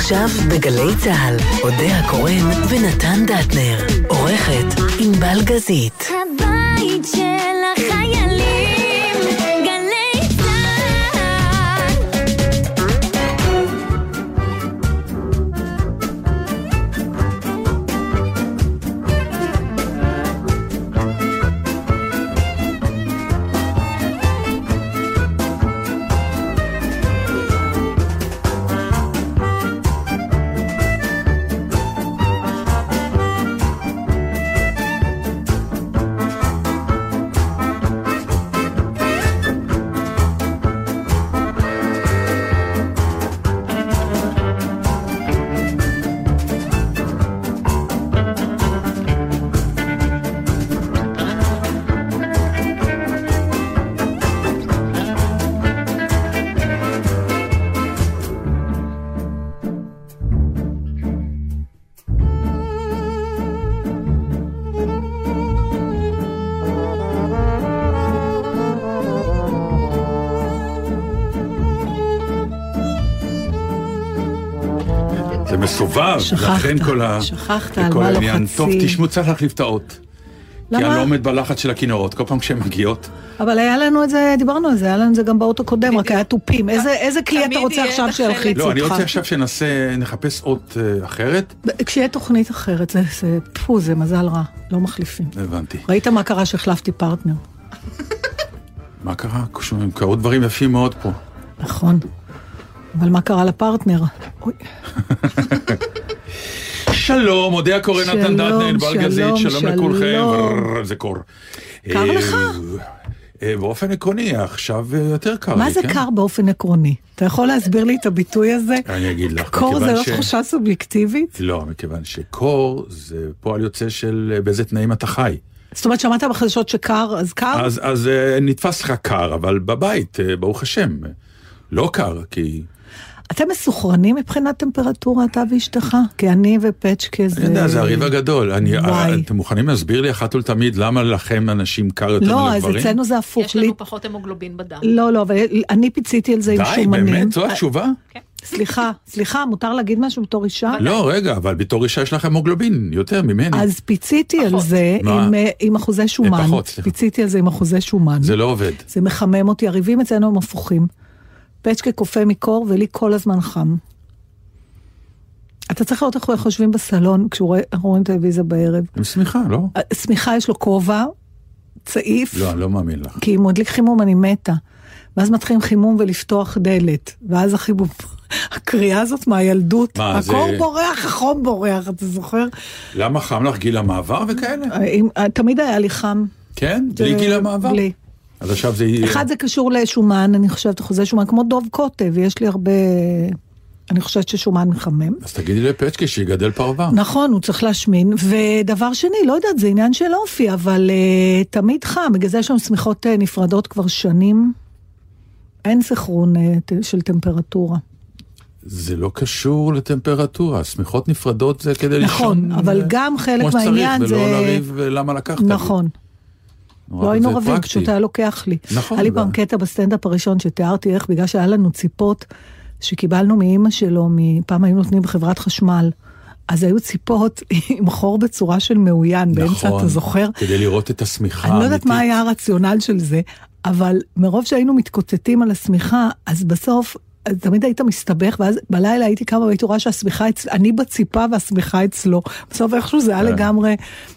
עכשיו בגלי צהל, אודה הקורן ונתן דטנר, עורכת ענבל גזית. הבית של החיילים, גלי צהל. מסובב, לכן כל העניין. טוב, תשמעו, צריך להחליף את האות. כי אני לא עומד בלחץ של הכינורות, כל פעם כשהן מגיעות. אבל היה לנו את זה, דיברנו על זה, היה לנו את זה גם באוטו קודם, רק היה טופים. איזה כלי אתה רוצה עכשיו שילחיץ אותך? לא, אני רוצה עכשיו נחפש אות אחרת. כשיהיה תוכנית אחרת, זה מזל רע, לא מחליפים. הבנתי. ראית מה קרה שהחלפתי פרטנר? מה קרה? קרו דברים יפים מאוד פה. נכון. אבל מה קרה לפרטנר? אוי. שלום, אודה הקורן נתן דטנר, ענבל גזית, שלום לכולכם. זה קור. קר לך? באופן עקרוני, עכשיו יותר קר לי, מה זה קר באופן עקרוני? אתה יכול להסביר לי את הביטוי הזה? אני אגיד לך. קור זה לא תחושה סובייקטיבית? לא, מכיוון שקור זה פועל יוצא של באיזה תנאים אתה חי. זאת אומרת, שמעת בחדשות שקר, אז קר? אז נתפס לך קר, אבל בבית, ברוך השם, לא קר, כי... אתם מסוחרנים מבחינת טמפרטורה, אתה ואשתך? כי אני ופצ'קה זה... אני יודע, זה הריב הגדול. אתם מוכנים להסביר לי אחת ולתמיד למה לכם אנשים קר יותר מגברים? לא, אז אצלנו זה הפוך. יש לנו פחות המוגלובין בדם. לא, אבל אני פיציתי על זה עם שומנים. די, באמת? זו התשובה? כן. סליחה, מותר להגיד משהו בתור אישה? לא, רגע, אבל בתור אישה יש לך המוגלובין יותר ממני. אז פיציתי על זה עם אחוזי שומן. פיציתי על זה עם אחוזי שומן. זה לא עובד. זה מחמם אותי, הריבים אצלנו הם הפוכים. פצ'קה קופה מקור, ולי כל הזמן חם. אתה צריך לראות איך חושבים בסלון, כשאנחנו רואים טלוויזיה בערב. עם סמיכה, לא? סמיכה יש לו כובע, צעיף. לא, אני לא מאמין לך. כי אם הוא הדליק חימום, אני מתה. ואז מתחילים חימום ולפתוח דלת. ואז החימום, הקריאה הזאת מהילדות. הקור בורח, החום בורח, אתה זוכר? למה חם לך גיל המעבר וכאלה? תמיד היה לי חם. כן? בלי גיל המעבר? בלי. אז עכשיו זה יהיה... אחד זה קשור לשומן, אני חושבת, אחוזי שומן, כמו דוב קוטב, ויש לי הרבה... אני חושבת ששומן מחמם. אז תגידי לפצ'קה שיגדל פרווה. נכון, הוא צריך להשמין. ודבר שני, לא יודעת, זה עניין של אופי, אבל תמיד חם. בגלל זה יש שם סמיכות נפרדות כבר שנים. אין סכרון של טמפרטורה. זה לא קשור לטמפרטורה. סמיכות נפרדות זה כדי לישון... נכון, אבל גם חלק מהעניין זה... ולא לריב למה לקחת לי. נכון. לא היינו רבים, פשוט היה לוקח לי. נכון. היה לי פעם קטע בסטנדאפ הראשון שתיארתי איך, בגלל שהיה לנו ציפות שקיבלנו מאמא שלו, פעם היו נותנים בחברת חשמל, אז היו ציפות עם חור בצורה של מאוין, באמצע, אתה זוכר? כדי לראות את הסמיכה האמיתית. אני לא יודעת מה היה הרציונל של זה, אבל מרוב שהיינו מתקוטטים על הסמיכה, אז בסוף, תמיד היית מסתבך, ואז בלילה הייתי כמה והייתי רואה שהסמיכה אצלו, אני בציפה והסמיכה אצלו. בסוף איכשהו זה היה לגמרי...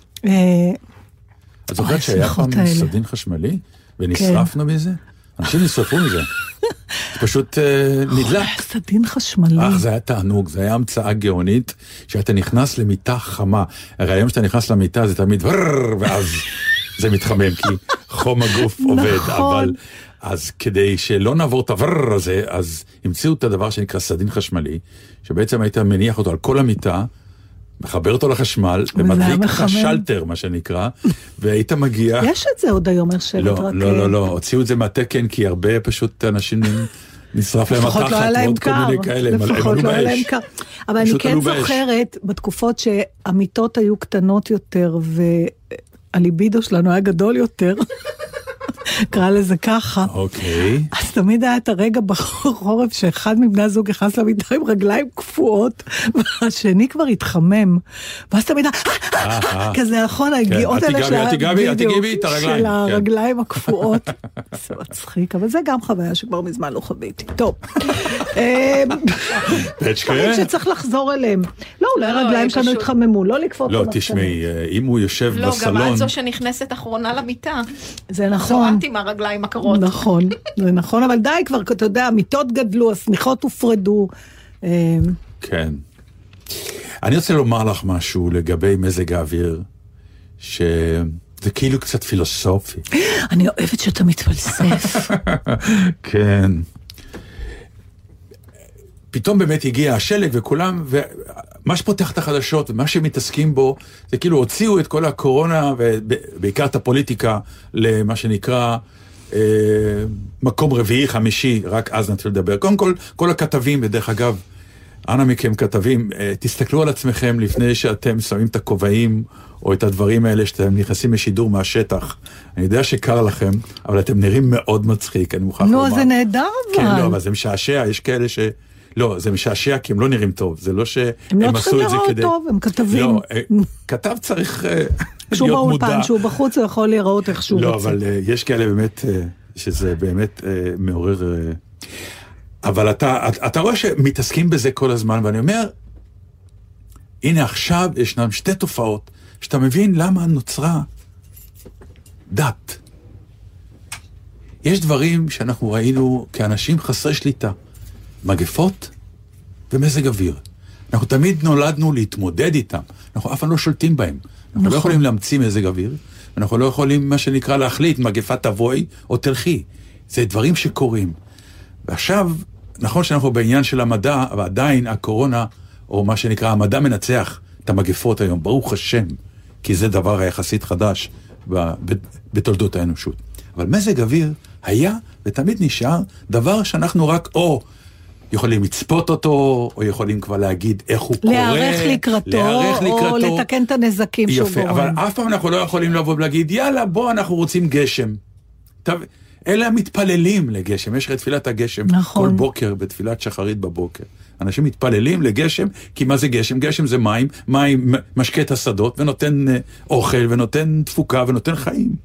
את זוכרת שהיה פעם סדין חשמלי, ונשרפנו מזה? אנשים נשרפו מזה. זה פשוט נדלק. סדין חשמלי. זה היה תענוג, זה היה המצאה גאונית, שאתה נכנס למיטה חמה. הרי היום שאתה נכנס למיטה זה תמיד ואז זה מתחמם, כי חום הגוף עובד. אבל אז כדי שלא נעבור את הוורר הזה, אז המציאו את הדבר שנקרא סדין חשמלי, שבעצם היית מניח אותו על כל המיטה, מחבר אותו לחשמל, ומדליק לך שלטר, מה שנקרא, והיית מגיע... יש את זה עוד היום, הרשבת רק... לא, הוציאו את זה מהתקן, כי הרבה פשוט אנשים נשרף להם התחת, ועוד כל מיני כאלה, לפחות לא היה להם קר. אבל אני כן זוכרת, בתקופות שהמיטות היו קטנות יותר, והליבידו שלנו היה גדול יותר, קרא לזה ככה. אוקיי. אז תמיד היה את הרגע בחורף שאחד מבני הזוג נכנס למיטה עם רגליים קפואות, והשני כבר התחמם. ואז תמיד כזה נכון, ההגיעות האלה של הרגליים הקפואות. זה מצחיק, אבל זה גם חוויה שכבר מזמן לא חוויתי. טוב. דברים שצריך לחזור אליהם. לא, אולי הרגליים שלנו התחממו, לא לקפות לא, תשמעי, אם הוא יושב בסלון... לא, גם את זו שנכנסת אחרונה למיטה. זה נכון. זורעתי מהרגליים הקרות. נכון, זה נכון, אבל די כבר, אתה יודע, המיטות גדלו, הסמיכות הופרדו. כן. אני רוצה לומר לך משהו לגבי מזג האוויר, שזה כאילו קצת פילוסופי. אני אוהבת שאתה מתפלסף. כן. פתאום באמת הגיע השלג וכולם, ומה שפותח את החדשות ומה שמתעסקים בו, זה כאילו הוציאו את כל הקורונה, ובעיקר את הפוליטיקה, למה שנקרא מקום רביעי, חמישי, רק אז נתחיל לדבר. קודם כל הכתבים, ודרך אגב, אנא מכם כתבים, תסתכלו על עצמכם לפני שאתם שמים את הכובעים, או את הדברים האלה שאתם נכנסים לשידור מהשטח. אני יודע שקר לכם, אבל אתם נראים מאוד מצחיק, אני מוכרח לומר. נו, זה נהדר אבל. כן, לא, אבל זה משעשע, יש כאלה ש... לא, זה משעשע כי הם לא נראים טוב, זה לא שהם עשו את זה כדי... הם לא צריכים לראות טוב, הם כתבים. לא, כתב צריך להיות מודע. כשהוא באולפן, שהוא בחוץ, הוא יכול לראות איך שהוא רוצה. לא, אבל יש כאלה באמת, שזה באמת מעורר... אבל אתה רואה שמתעסקים בזה כל הזמן, ואני אומר, הנה עכשיו ישנם שתי תופעות, שאתה מבין למה נוצרה דת. יש דברים שאנחנו ראינו כאנשים חסרי שליטה, מגפות ומזג אוויר. אנחנו תמיד נולדנו להתמודד איתם, אנחנו אף פעם לא שולטים בהם. אנחנו לא יכולים להמציא מזג אוויר, אנחנו לא יכולים מה שנקרא להחליט, מגפה תבואי או תלכי. זה דברים שקורים. ועכשיו, נכון שאנחנו בעניין של המדע, אבל עדיין הקורונה, או מה שנקרא, המדע מנצח את המגפות היום, ברוך השם, כי זה דבר היחסית חדש בתולדות האנושות. אבל מזג אוויר היה ותמיד נשאר דבר שאנחנו רק יכולים לצפות אותו, או יכולים כבר להגיד איך הוא קורה. להערך לקראתו, או לתקן את הנזקים שהוא גורם. יפה, אבל אף פעם אנחנו לא יכולים לבוא ולהגיד, יאללה, בוא, אנחנו רוצים גשם. אלה המתפללים לגשם, יש לך תפילת הגשם כל בוקר, בתפילת שחרית בבוקר. אנשים מתפללים לגשם, כי מה זה גשם? גשם זה מים, מים משקה את השדות, ונותן אוכל, ונותן תפוקה, ונותן חיים.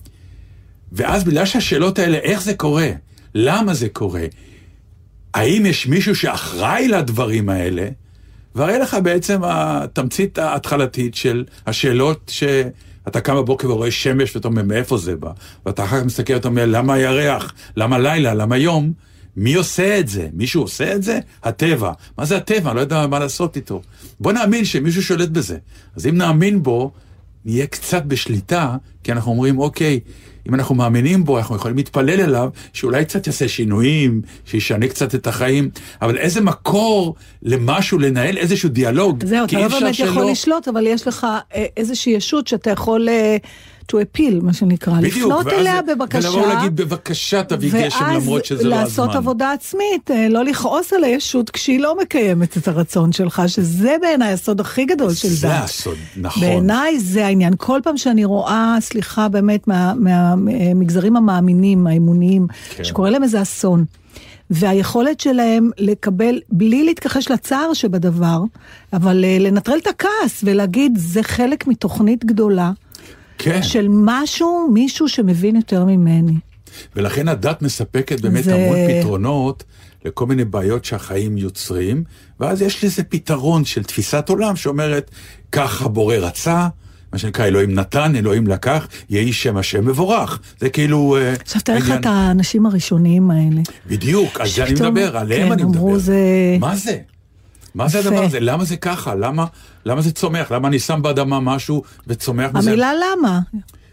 ואז בגלל שהשאלות האלה, איך זה קורה? למה זה קורה? האם יש מישהו שאחראי לדברים האלה? והרי לך בעצם התמצית ההתחלתית של השאלות שאתה קם בבוקר ורואה שמש ואתה אומר מאיפה זה בא, ואתה אחר כך מסתכל ואתה אומר למה הירח, למה לילה, למה יום, מי עושה את זה? מישהו עושה את זה? הטבע. מה זה הטבע? אני לא יודע מה לעשות איתו. בוא נאמין שמישהו שולט בזה. אז אם נאמין בו, נהיה קצת בשליטה, כי אנחנו אומרים אוקיי, אם אנחנו מאמינים בו, אנחנו יכולים להתפלל אליו, שאולי קצת יעשה שינויים, שישנה קצת את החיים, אבל איזה מקור למשהו, לנהל איזשהו דיאלוג. זהו, אתה לא באמת יכול לשלוט, אבל יש לך איזושהי ישות שאתה יכול to appeal, מה שנקרא, לפנות אליה בבקשה. ולבוא להגיד בבקשה תביא גשם, למרות שזה לא הזמן. ואז לעשות עבודה עצמית, לא לכעוס על הישות כשהיא לא מקיימת את הרצון שלך, שזה בעיניי הסוד הכי גדול של דת. זה הסוד, נכון. בעיניי זה העניין. כל פעם שאני רואה, סליחה באמת, מהמגזרים המאמינים, האמוניים, שקורא להם איזה אסון, והיכולת שלהם לקבל, בלי להתכחש לצער שבדבר, אבל לנטרל את הכעס ולהגיד, זה חלק מתוכנית גדולה, כן. של מישהו שמבין יותר ממני. ולכן הדת מספקת באמת המון פתרונות לכל מיני בעיות שהחיים יוצרים, ואז יש לזה פתרון של תפיסת עולם שאומרת, כך הבורא רצה, מה שנקרא אלוהים נתן, אלוהים לקח, יהי שם השם מבורך. זה כאילו... עכשיו תראה לך את האנשים הראשוניים האלה. בדיוק, על זה אני מדבר, עליהם אני מדבר. מה זה? מה זה הדבר הזה? למה זה ככה? למה זה צומח? למה אני שם באדמה משהו וצומח בזה? המילה למה?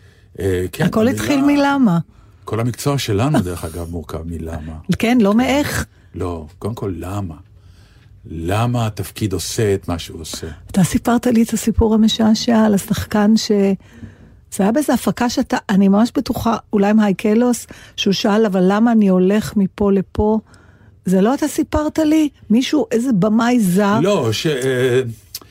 הכל התחיל מלמה. כל המקצוע שלנו, דרך אגב, מורכב מלמה. כן, לא מאיך. לא, קודם כל למה. למה התפקיד עושה את מה שהוא עושה? אתה סיפרת לי את הסיפור המשעשע על השחקן זה היה באיזו הפקה אני ממש בטוחה, אולי עם הייקלוס, שהוא שאל, אבל למה אני הולך מפה לפה? זה לא אתה סיפרת לי? מישהו, איזה במאי זר? לא,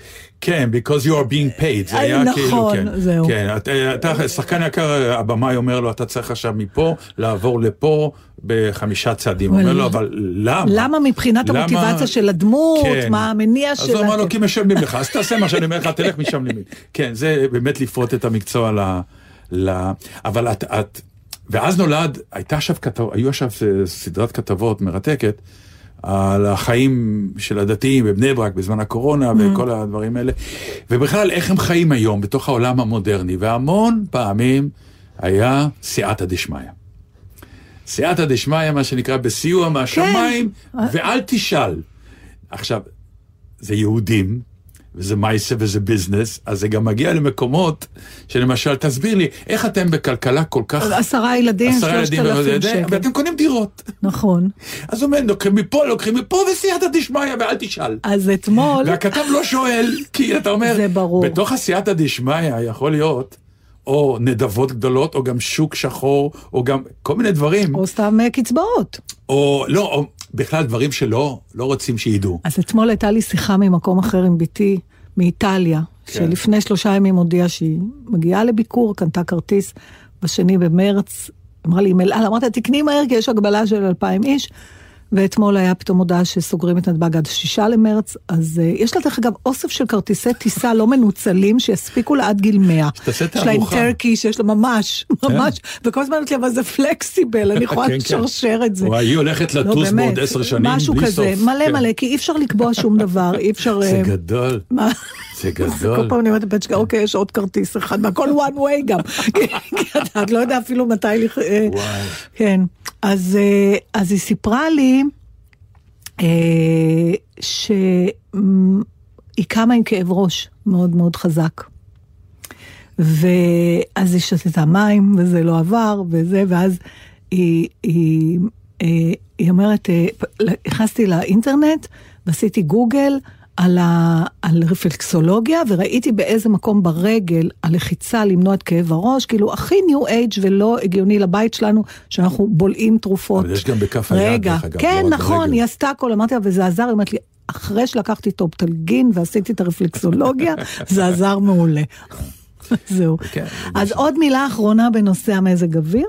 כן, because you are being paid. זה היה כאילו, נכון, כן. זהו. כן, אתה, שחקן יקר, הבמאי אומר לו, אתה צריך עכשיו מפה, לעבור לפה, ב5 צעדים. אומר לו, אבל למה? למה מבחינת המוטיבציה של הדמות, מה המניע שלה? אז הוא אמר לו, כי משלמים לך, אז תעשה מה שאני אומר לך, תלך משם למי. כן, זה באמת לפרוט את המקצוע אבל את... ואז נולד, היו עכשיו סדרת כתבות מרתקת, על החיים של הדתיים בבני ברק בזמן הקורונה וכל הדברים האלה, ובכלל איך הם חיים היום בתוך העולם המודרני, והמון פעמים היה סייעתא דשמיא. סייעתא דשמיא, מה שנקרא בסיוע מהשמיים, ואל תשאל. עכשיו, זה יהודים, וזה מייסה וזה ביזנס, אז זה גם מגיע למקומות שלמשל, תסביר לי, איך אתם בכלכלה כל כך... 10 ילדים, 3,000 שקל. ואתם קונים דירות. נכון. אז הוא אומר, לוקחים מפה וסייעתא דשמיא, ואל תשאל. אז אתמול... והכתב לא שואל, כי אתה אומר... זה ברור. בתוך הסייעתא דשמיא יכול להיות, או נדבות גדולות, או גם שוק שחור, או גם כל מיני דברים. או סתם קצבאות. או לא, או בכלל דברים שלא רוצים שידעו. אז אתמול הייתה לי שיחה ממקום אחר עם ביתי, מאיטליה, שלפני 3 ימים הודיעה שהיא מגיעה לביקור, קנתה כרטיס ב2 במרץ, אמרה לי, אמרתי, תקני מהר, כי יש הגבלה של 2,000 איש, ואתמול היה פתאום הודעה שסוגרים את נתב"ג עד 6 למרץ, אז יש לה דרך אגב אוסף של כרטיסי טיסה לא מנוצלים, שיספיקו לה עד גיל 100. יש לה עם טרקי, שיש לה ממש, וכל הזמן אומרת לי, אבל זה פלקסיבל, אני יכולה לשרשר את זה. היא הולכת לטוס בעוד 10 שנים, משהו כזה, מלא, כי אי אפשר לקבוע שום דבר, אי אפשר... זה גדול. זה גדול. כל פעם אני אומרת לבית שלה, אוקיי, יש עוד כרטיס אחד, והכל one way גם. כי את לא יודע אפילו מתי... כן. אז היא סיפרה לי שהיא קמה עם כאב ראש מאוד מאוד חזק. ואז היא שתתה מים, וזה לא עבר, ואז היא אומרת, הכנסתי לאינטרנט, ועשיתי גוגל, על רפלקסולוגיה, וראיתי באיזה מקום ברגל, הלחיצה למנוע את כאב הראש, כאילו הכי ניו אייג' ולא הגיוני לבית שלנו, שאנחנו בולעים תרופות. אבל יש גם בכף היד, דרך אגב. כן, נכון, היא עשתה הכל, אמרתי לה, וזה עזר, היא אמרת לי, אחרי שלקחתי טופטלגין, ועשיתי את הרפלקסולוגיה, זה עזר מעולה. זהו. אז עוד מילה אחרונה בנושא המזג אוויר.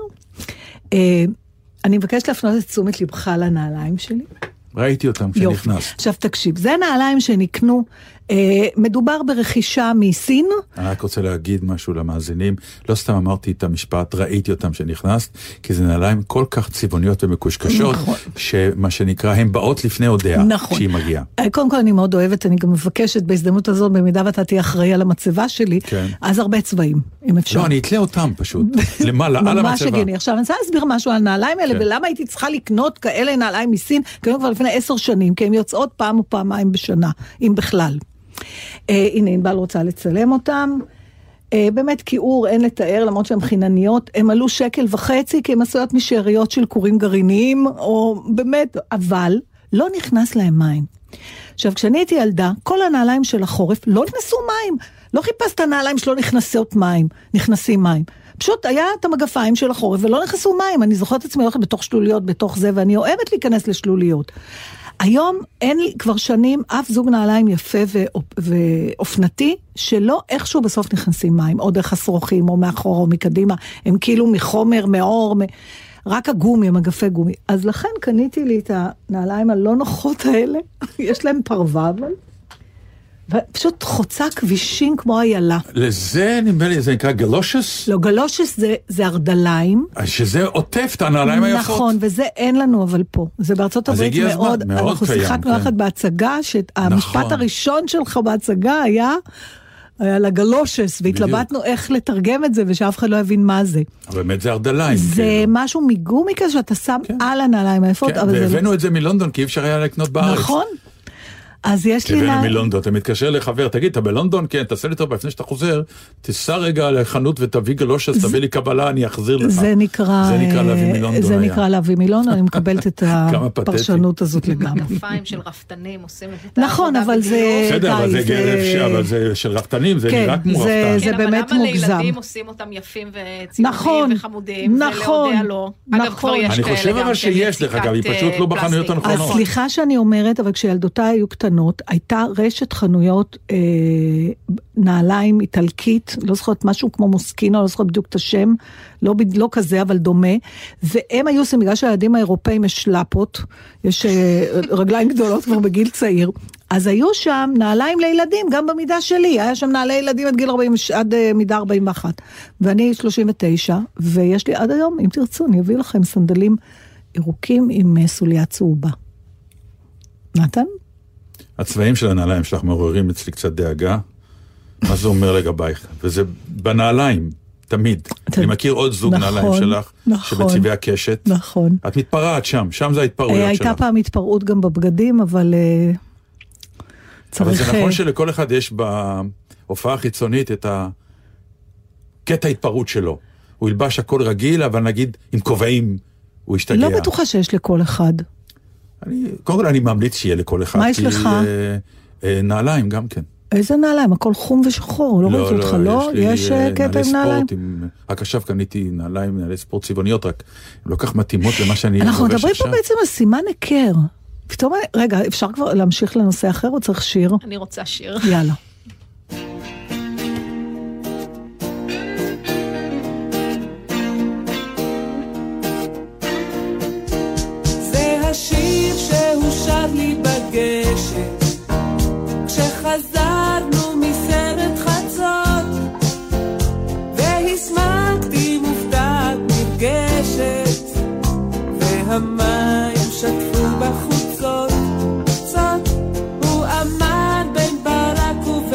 אני מבקשת להפנות את תשומת לבך לנעליים שלי. ראיתי אותם כשנכנס. עכשיו תקשיב, זה נעליים שנקנו, מדובר ברכישה מסין. אני רק רוצה להגיד משהו למאזינים, לא סתם אמרתי את המשפט, ראיתי אותם כשנכנסת, כי זה נעליים כל כך צבעוניות ומקושקשות, שמה שנקרא, הן באות לפני הודעה, כשהיא מגיעה. קודם כל אני מאוד אוהבת, אני גם מבקשת בהזדמנות הזאת, במידה ואתה תהיה אחראי על המצבה שלי, אז הרבה צבעים, אם אפשר. לא, אני אתלה אותם פשוט, למעלה, על המצבה. ממש הגיוני. עכשיו אני רוצה להסביר משהו על הנעליים האלה, ולמה הייתי צריכה לקנות כאלה נעליים מסין, כבר לפני 10 שנים, כי הן יוצאות פעם או פעמיים בשנה, אם בכלל. הנה, ענבל רוצה לצלם אותם. באמת כיעור, אין לתאר, למרות שהן חינניות, הם עלו 1.5 שקל, כי הם עשויות משאריות של קורים גרעיניים, או באמת, אבל לא נכנס להם מים. עכשיו, כשאני הייתי ילדה, כל הנעליים של החורף לא נכנסו מים. לא חיפשת הנעליים שלא נכנסים מים. פשוט היה את המגפיים של החורף, ולא נכנסו מים. אני זוכרת עצמי הולכת בתוך שלוליות, בתוך זה, ואני אוהבת להיכנס לשלוליות. היום אין לי כבר שנים אף זוג נעליים יפה ואופנתי, שלא איכשהו בסוף נכנסים מים, או דרך הסרוכים, או מאחורה, או מקדימה, הם כאילו מחומר, מאור, רק הגומי, מגפי גומי. אז לכן קניתי לי את הנעליים הלא נוחות האלה, יש להם פרווה, אבל... ופשוט חוצה כבישים כמו איילה. לזה נדמה לי, זה נקרא גלושס? לא, גלושס זה ארדליים. שזה עוטף את הנעליים היפות. נכון, וזה אין לנו אבל פה. זה בארצות הברית מאוד קיים. אנחנו שיחקנו יחד בהצגה, שהמשפט הראשון שלך בהצגה היה לגלושס, והתלבטנו איך לתרגם את זה, ושאף אחד לא יבין מה זה. אבל באמת זה ארדליים. זה משהו מגומי כזה, שאתה שם על הנעליים היפות. והבאנו את זה מלונדון, כי אי אפשר היה לקנות בארץ. נכון. אז יש לי... הבאנו מלונדון, אתה מתקשר לחבר, תגיד, אתה בלונדון? כן, תעשה לי טוב, לפני שאתה חוזר, תיסע רגע לחנות ותביא גלושס, תביא לי קבלה, אני אחזיר לך. זה נקרא להביא מלונדון. זה נקרא להביא מלונדון, אני מקבלת את הפרשנות הזאת לגמרי. כנפיים של רפתנים עושים את נכון, אבל זה... בסדר, אבל זה של רפתנים, זה נראה כמו רפתן. זה באמת מוגזם. אבל למה לילדים עושים אותם יפים וצבעוניים וחמודים, ולהודע לא? אגב, כבר יש כאלה גם אני חושב אבל שיש לך, אגב, היא פשוט לא בחנויות הנכונות. אז סליחה שאני אומרת, אבל כשילדותיי היו קטנות, קטנות, הייתה רשת חנויות נעליים איטלקית, לא זוכרת משהו כמו מוסקינו, לא זוכרת בדיוק את השם, לא כזה אבל דומה, והם היו עושים, בגלל שהילדים האירופאים יש שלפות, יש רגליים גדולות כבר בגיל צעיר, אז היו שם נעליים לילדים, גם במידה שלי, היה שם נעלי ילדים עד מידה 41, ואני 39, ויש לי עד היום, אם תרצו, אני אביא לכם סנדלים ירוקים עם סוליה צהובה. נתן? הצבעים של הנעליים שלך מעוררים אצלי קצת דאגה, מה זה אומר לגבייך? וזה בנעליים, תמיד. אני מכיר עוד זוג נעליים שלך, שבצבעי הקשת. נכון. את מתפרעת שם זה ההתפרעויות שלך. הייתה פעם התפרעות גם בבגדים, אבל צריך... אבל זה נכון שלכל אחד יש בהופעה החיצונית את הקטע ההתפרעות שלו. הוא ילבש הכל רגיל, אבל נגיד עם כובעים הוא ישתגע. לא בטוחה שיש לכל אחד. קודם כל אני ממליץ שיהיה לכל אחד. מה יש לך? נעליים גם כן. איזה נעליים? הכל חום ושחור, לא ראיתי אותך, לא? יש קטע עם נעליים? רק עכשיו קניתי נעלי ספורט צבעוניות, רק הן לא כך מתאימות למה שאני לובש עכשיו. אנחנו מדברים פה בעצם על סימן היכר. פתאום, רגע, אפשר כבר להמשיך לנושא אחר או צריך שיר? אני רוצה שיר. יאללה. כשחזרנו מסרט חצות והסמקתי מופתעת נרגשת והמים שטפו בחוצות צות הוא עמד בין ברק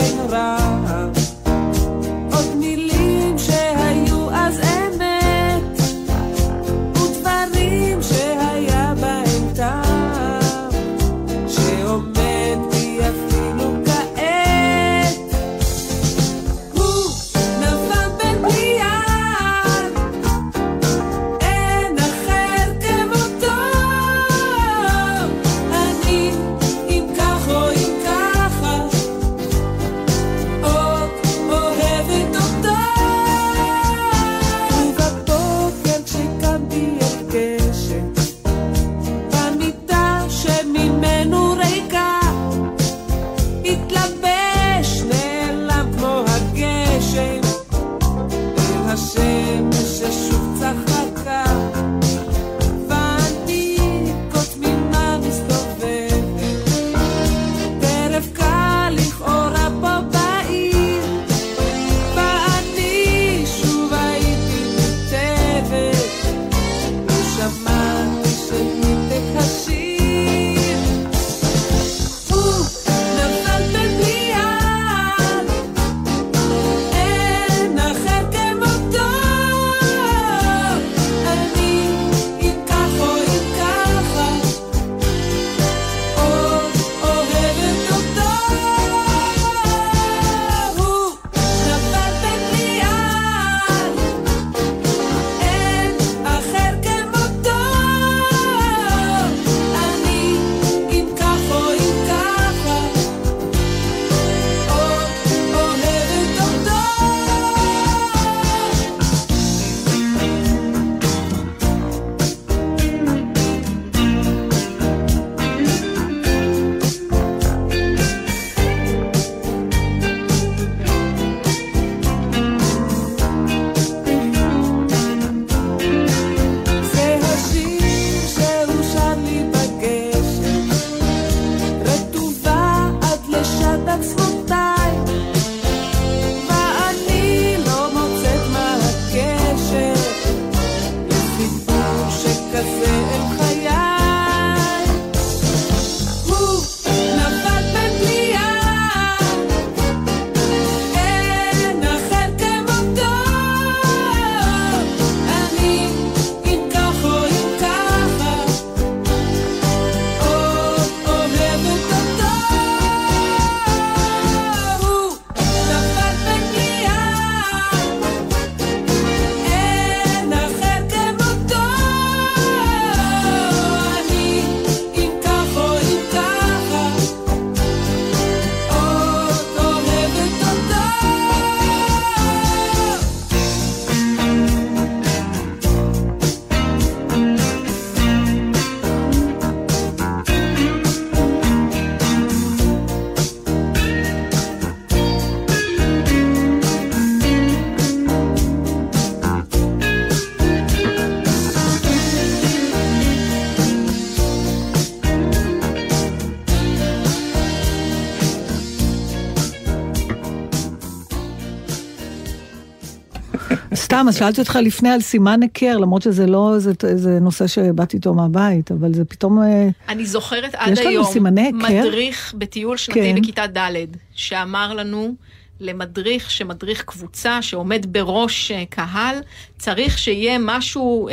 סתם, אז שאלתי אותך לפני על סימן היכר, למרות שזה לא, זה נושא שבאתי איתו מהבית, אבל זה פתאום... אני זוכרת עד היום, מדריך בטיול שנתי בכיתה ד' שאמר לנו, למדריך שמדריך קבוצה שעומד בראש קהל, צריך שיהיה משהו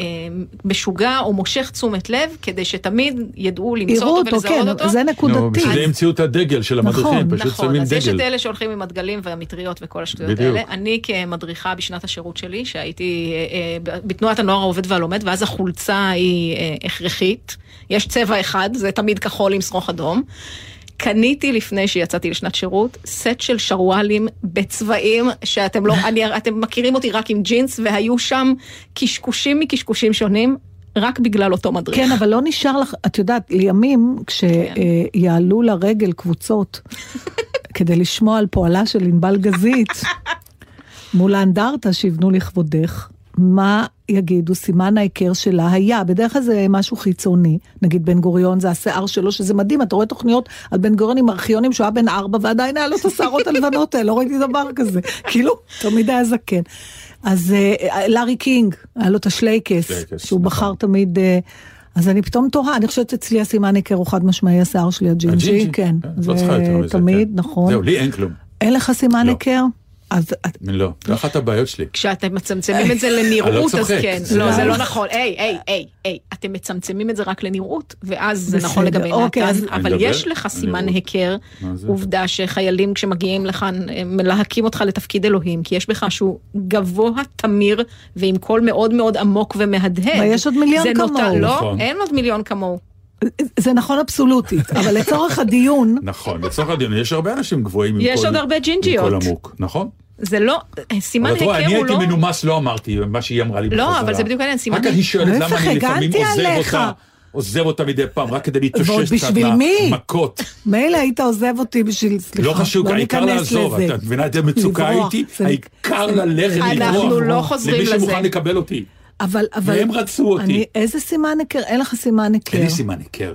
משוגע או מושך תשומת לב, כדי שתמיד ידעו למצוא אותו ולזהות אותו. זה נקודתי. שזה ימצאו את הדגל של המדריכים, פשוט שמים דגל. אז יש את אלה שהולכים עם הדגלים והמטריות וכל השטויות האלה. אני כמדריכה בשנת השירות שלי, שהייתי בתנועת הנוער העובד והלומד, ואז החולצה היא הכרחית. יש צבע אחד, זה תמיד כחול עם שרוך אדום. קניתי לפני שיצאתי לשנת שירות, סט של שרוואלים בצבעים, שאתם לא, אתם מכירים אותי רק עם ג'ינס, והיו שם קשקושים מקשקושים שונים, רק בגלל אותו מדריך. כן, אבל לא נשאר לך, את יודעת, לימים, כשיעלו לרגל קבוצות, כדי לשמוע על פועלה של ענבל גזית, מול האנדרטה שיבנו לכבודך, מה יגידו, סימן ההיכר שלה היה, בדרך כלל זה משהו חיצוני, נגיד בן גוריון זה השיער שלו, שזה מדהים, אתה רואה תוכניות על בן גוריון עם ארכיונים שהוא היה בן 4, ועדיין היה לו את השערות הלבנות האלה, לא ראיתי דבר כזה, כאילו, תמיד היה זקן. אז לארי קינג, היה לו את השלייקס, שהוא בחר תמיד, אז אני פתאום תוהה, אני חושבת אצלי הסימן היכר הוא חד משמעי השיער שלי, הג'ינג'י, כן, זה תמיד, נכון. זהו, לי אין כלום. אין לך סימן היכר? לא, זה אחת הבעיות שלי. כשאתם מצמצמים את זה לנראות, אז כן. לא, זה לא נכון. היי, אתם מצמצמים את זה רק לנראות, ואז זה נכון לגבי נתן, אבל יש לך סימן היכר, עובדה שחיילים כשמגיעים לכאן, מלהקים אותך לתפקיד אלוהים, כי יש בך שהוא גבוה תמיר, ועם קול מאוד מאוד עמוק ומהדהד. ויש עוד מיליון כמוהו. לא, אין עוד מיליון כמוהו. זה נכון אבסולוטית, אבל לצורך הדיון... נכון, לצורך הדיון, יש הרבה אנשים גבוהים יש עוד הרבה ג'ינג'יות. נכון? זה לא, סימן היכר הוא לא... אני הייתי מנומס, לא אמרתי מה שהיא אמרה לי בחזרה. לא, אבל זה בדיוק העניין, סימן... רק אני שואלת למה אני לפעמים עוזב אותה מדי פעם, רק כדי להתאושש קצת למכות. מילא היית עוזב אותי בשביל, סליחה, לא חשוב, העיקר לעזור, את מבינה את המצוקה איתי, העיקר ללכת לברוח, למי שמוכן לקבל אותי. והם רצו אותי. איזה סימן היכר? אין לך סימן היכר. אין לי סימן היכר,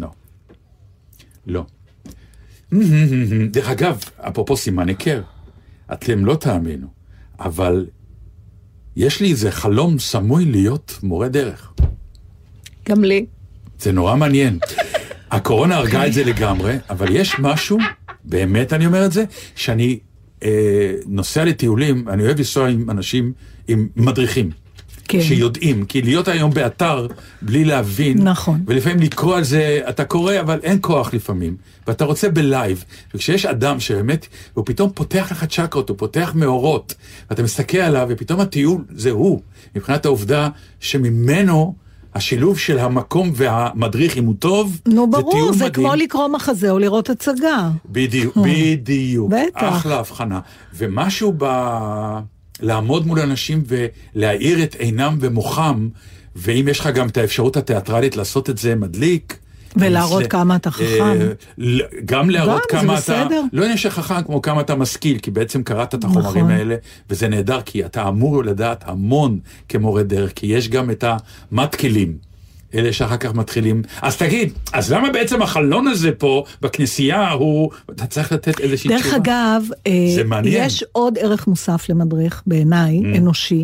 לא. דרך אגב, אפרופו סימן היכר, אתם לא תאמינו, אבל יש לי איזה חלום סמוי להיות מורה דרך. גם לי. זה נורא מעניין. הקורונה הרגה את זה לגמרי, אבל יש משהו, באמת אני אומר את זה, שאני נוסע לטיולים, אני אוהב לנסוע עם אנשים, עם מדריכים. כן. שיודעים, כי להיות היום באתר בלי להבין, נכון. ולפעמים לקרוא על זה, אתה קורא, אבל אין כוח לפעמים, ואתה רוצה בלייב, וכשיש אדם שבאמת, הוא פתאום פותח לך צ'קרות, הוא פותח מאורות, ואתה מסתכל עליו, ופתאום הטיול זה הוא, מבחינת העובדה שממנו השילוב של המקום והמדריך, אם הוא טוב, נו, ברור, זה טיול מדהים. כמו לקרוא מחזה או לראות הצגה. בדיוק, בטח. אחלה הבחנה. ומשהו לעמוד מול אנשים ולהאיר את עינם ומוחם, ואם יש לך גם את האפשרות התיאטרלית לעשות את זה מדליק. ולהראות כמה אתה חכם. גם להראות כמה אתה... לא עניין שחכם כמו כמה אתה משכיל, כי בעצם קראת את החומרים האלה, וזה נהדר, כי אתה אמור לדעת המון כמורה דרך, כי יש גם את המתקילים. אלה שאחר כך מתחילים, אז תגיד, אז למה בעצם החלון הזה פה, בכנסייה, אתה צריך לתת איזושהי תשובה? דרך אגב, יש עוד ערך מוסף למדריך, בעיניי, אנושי.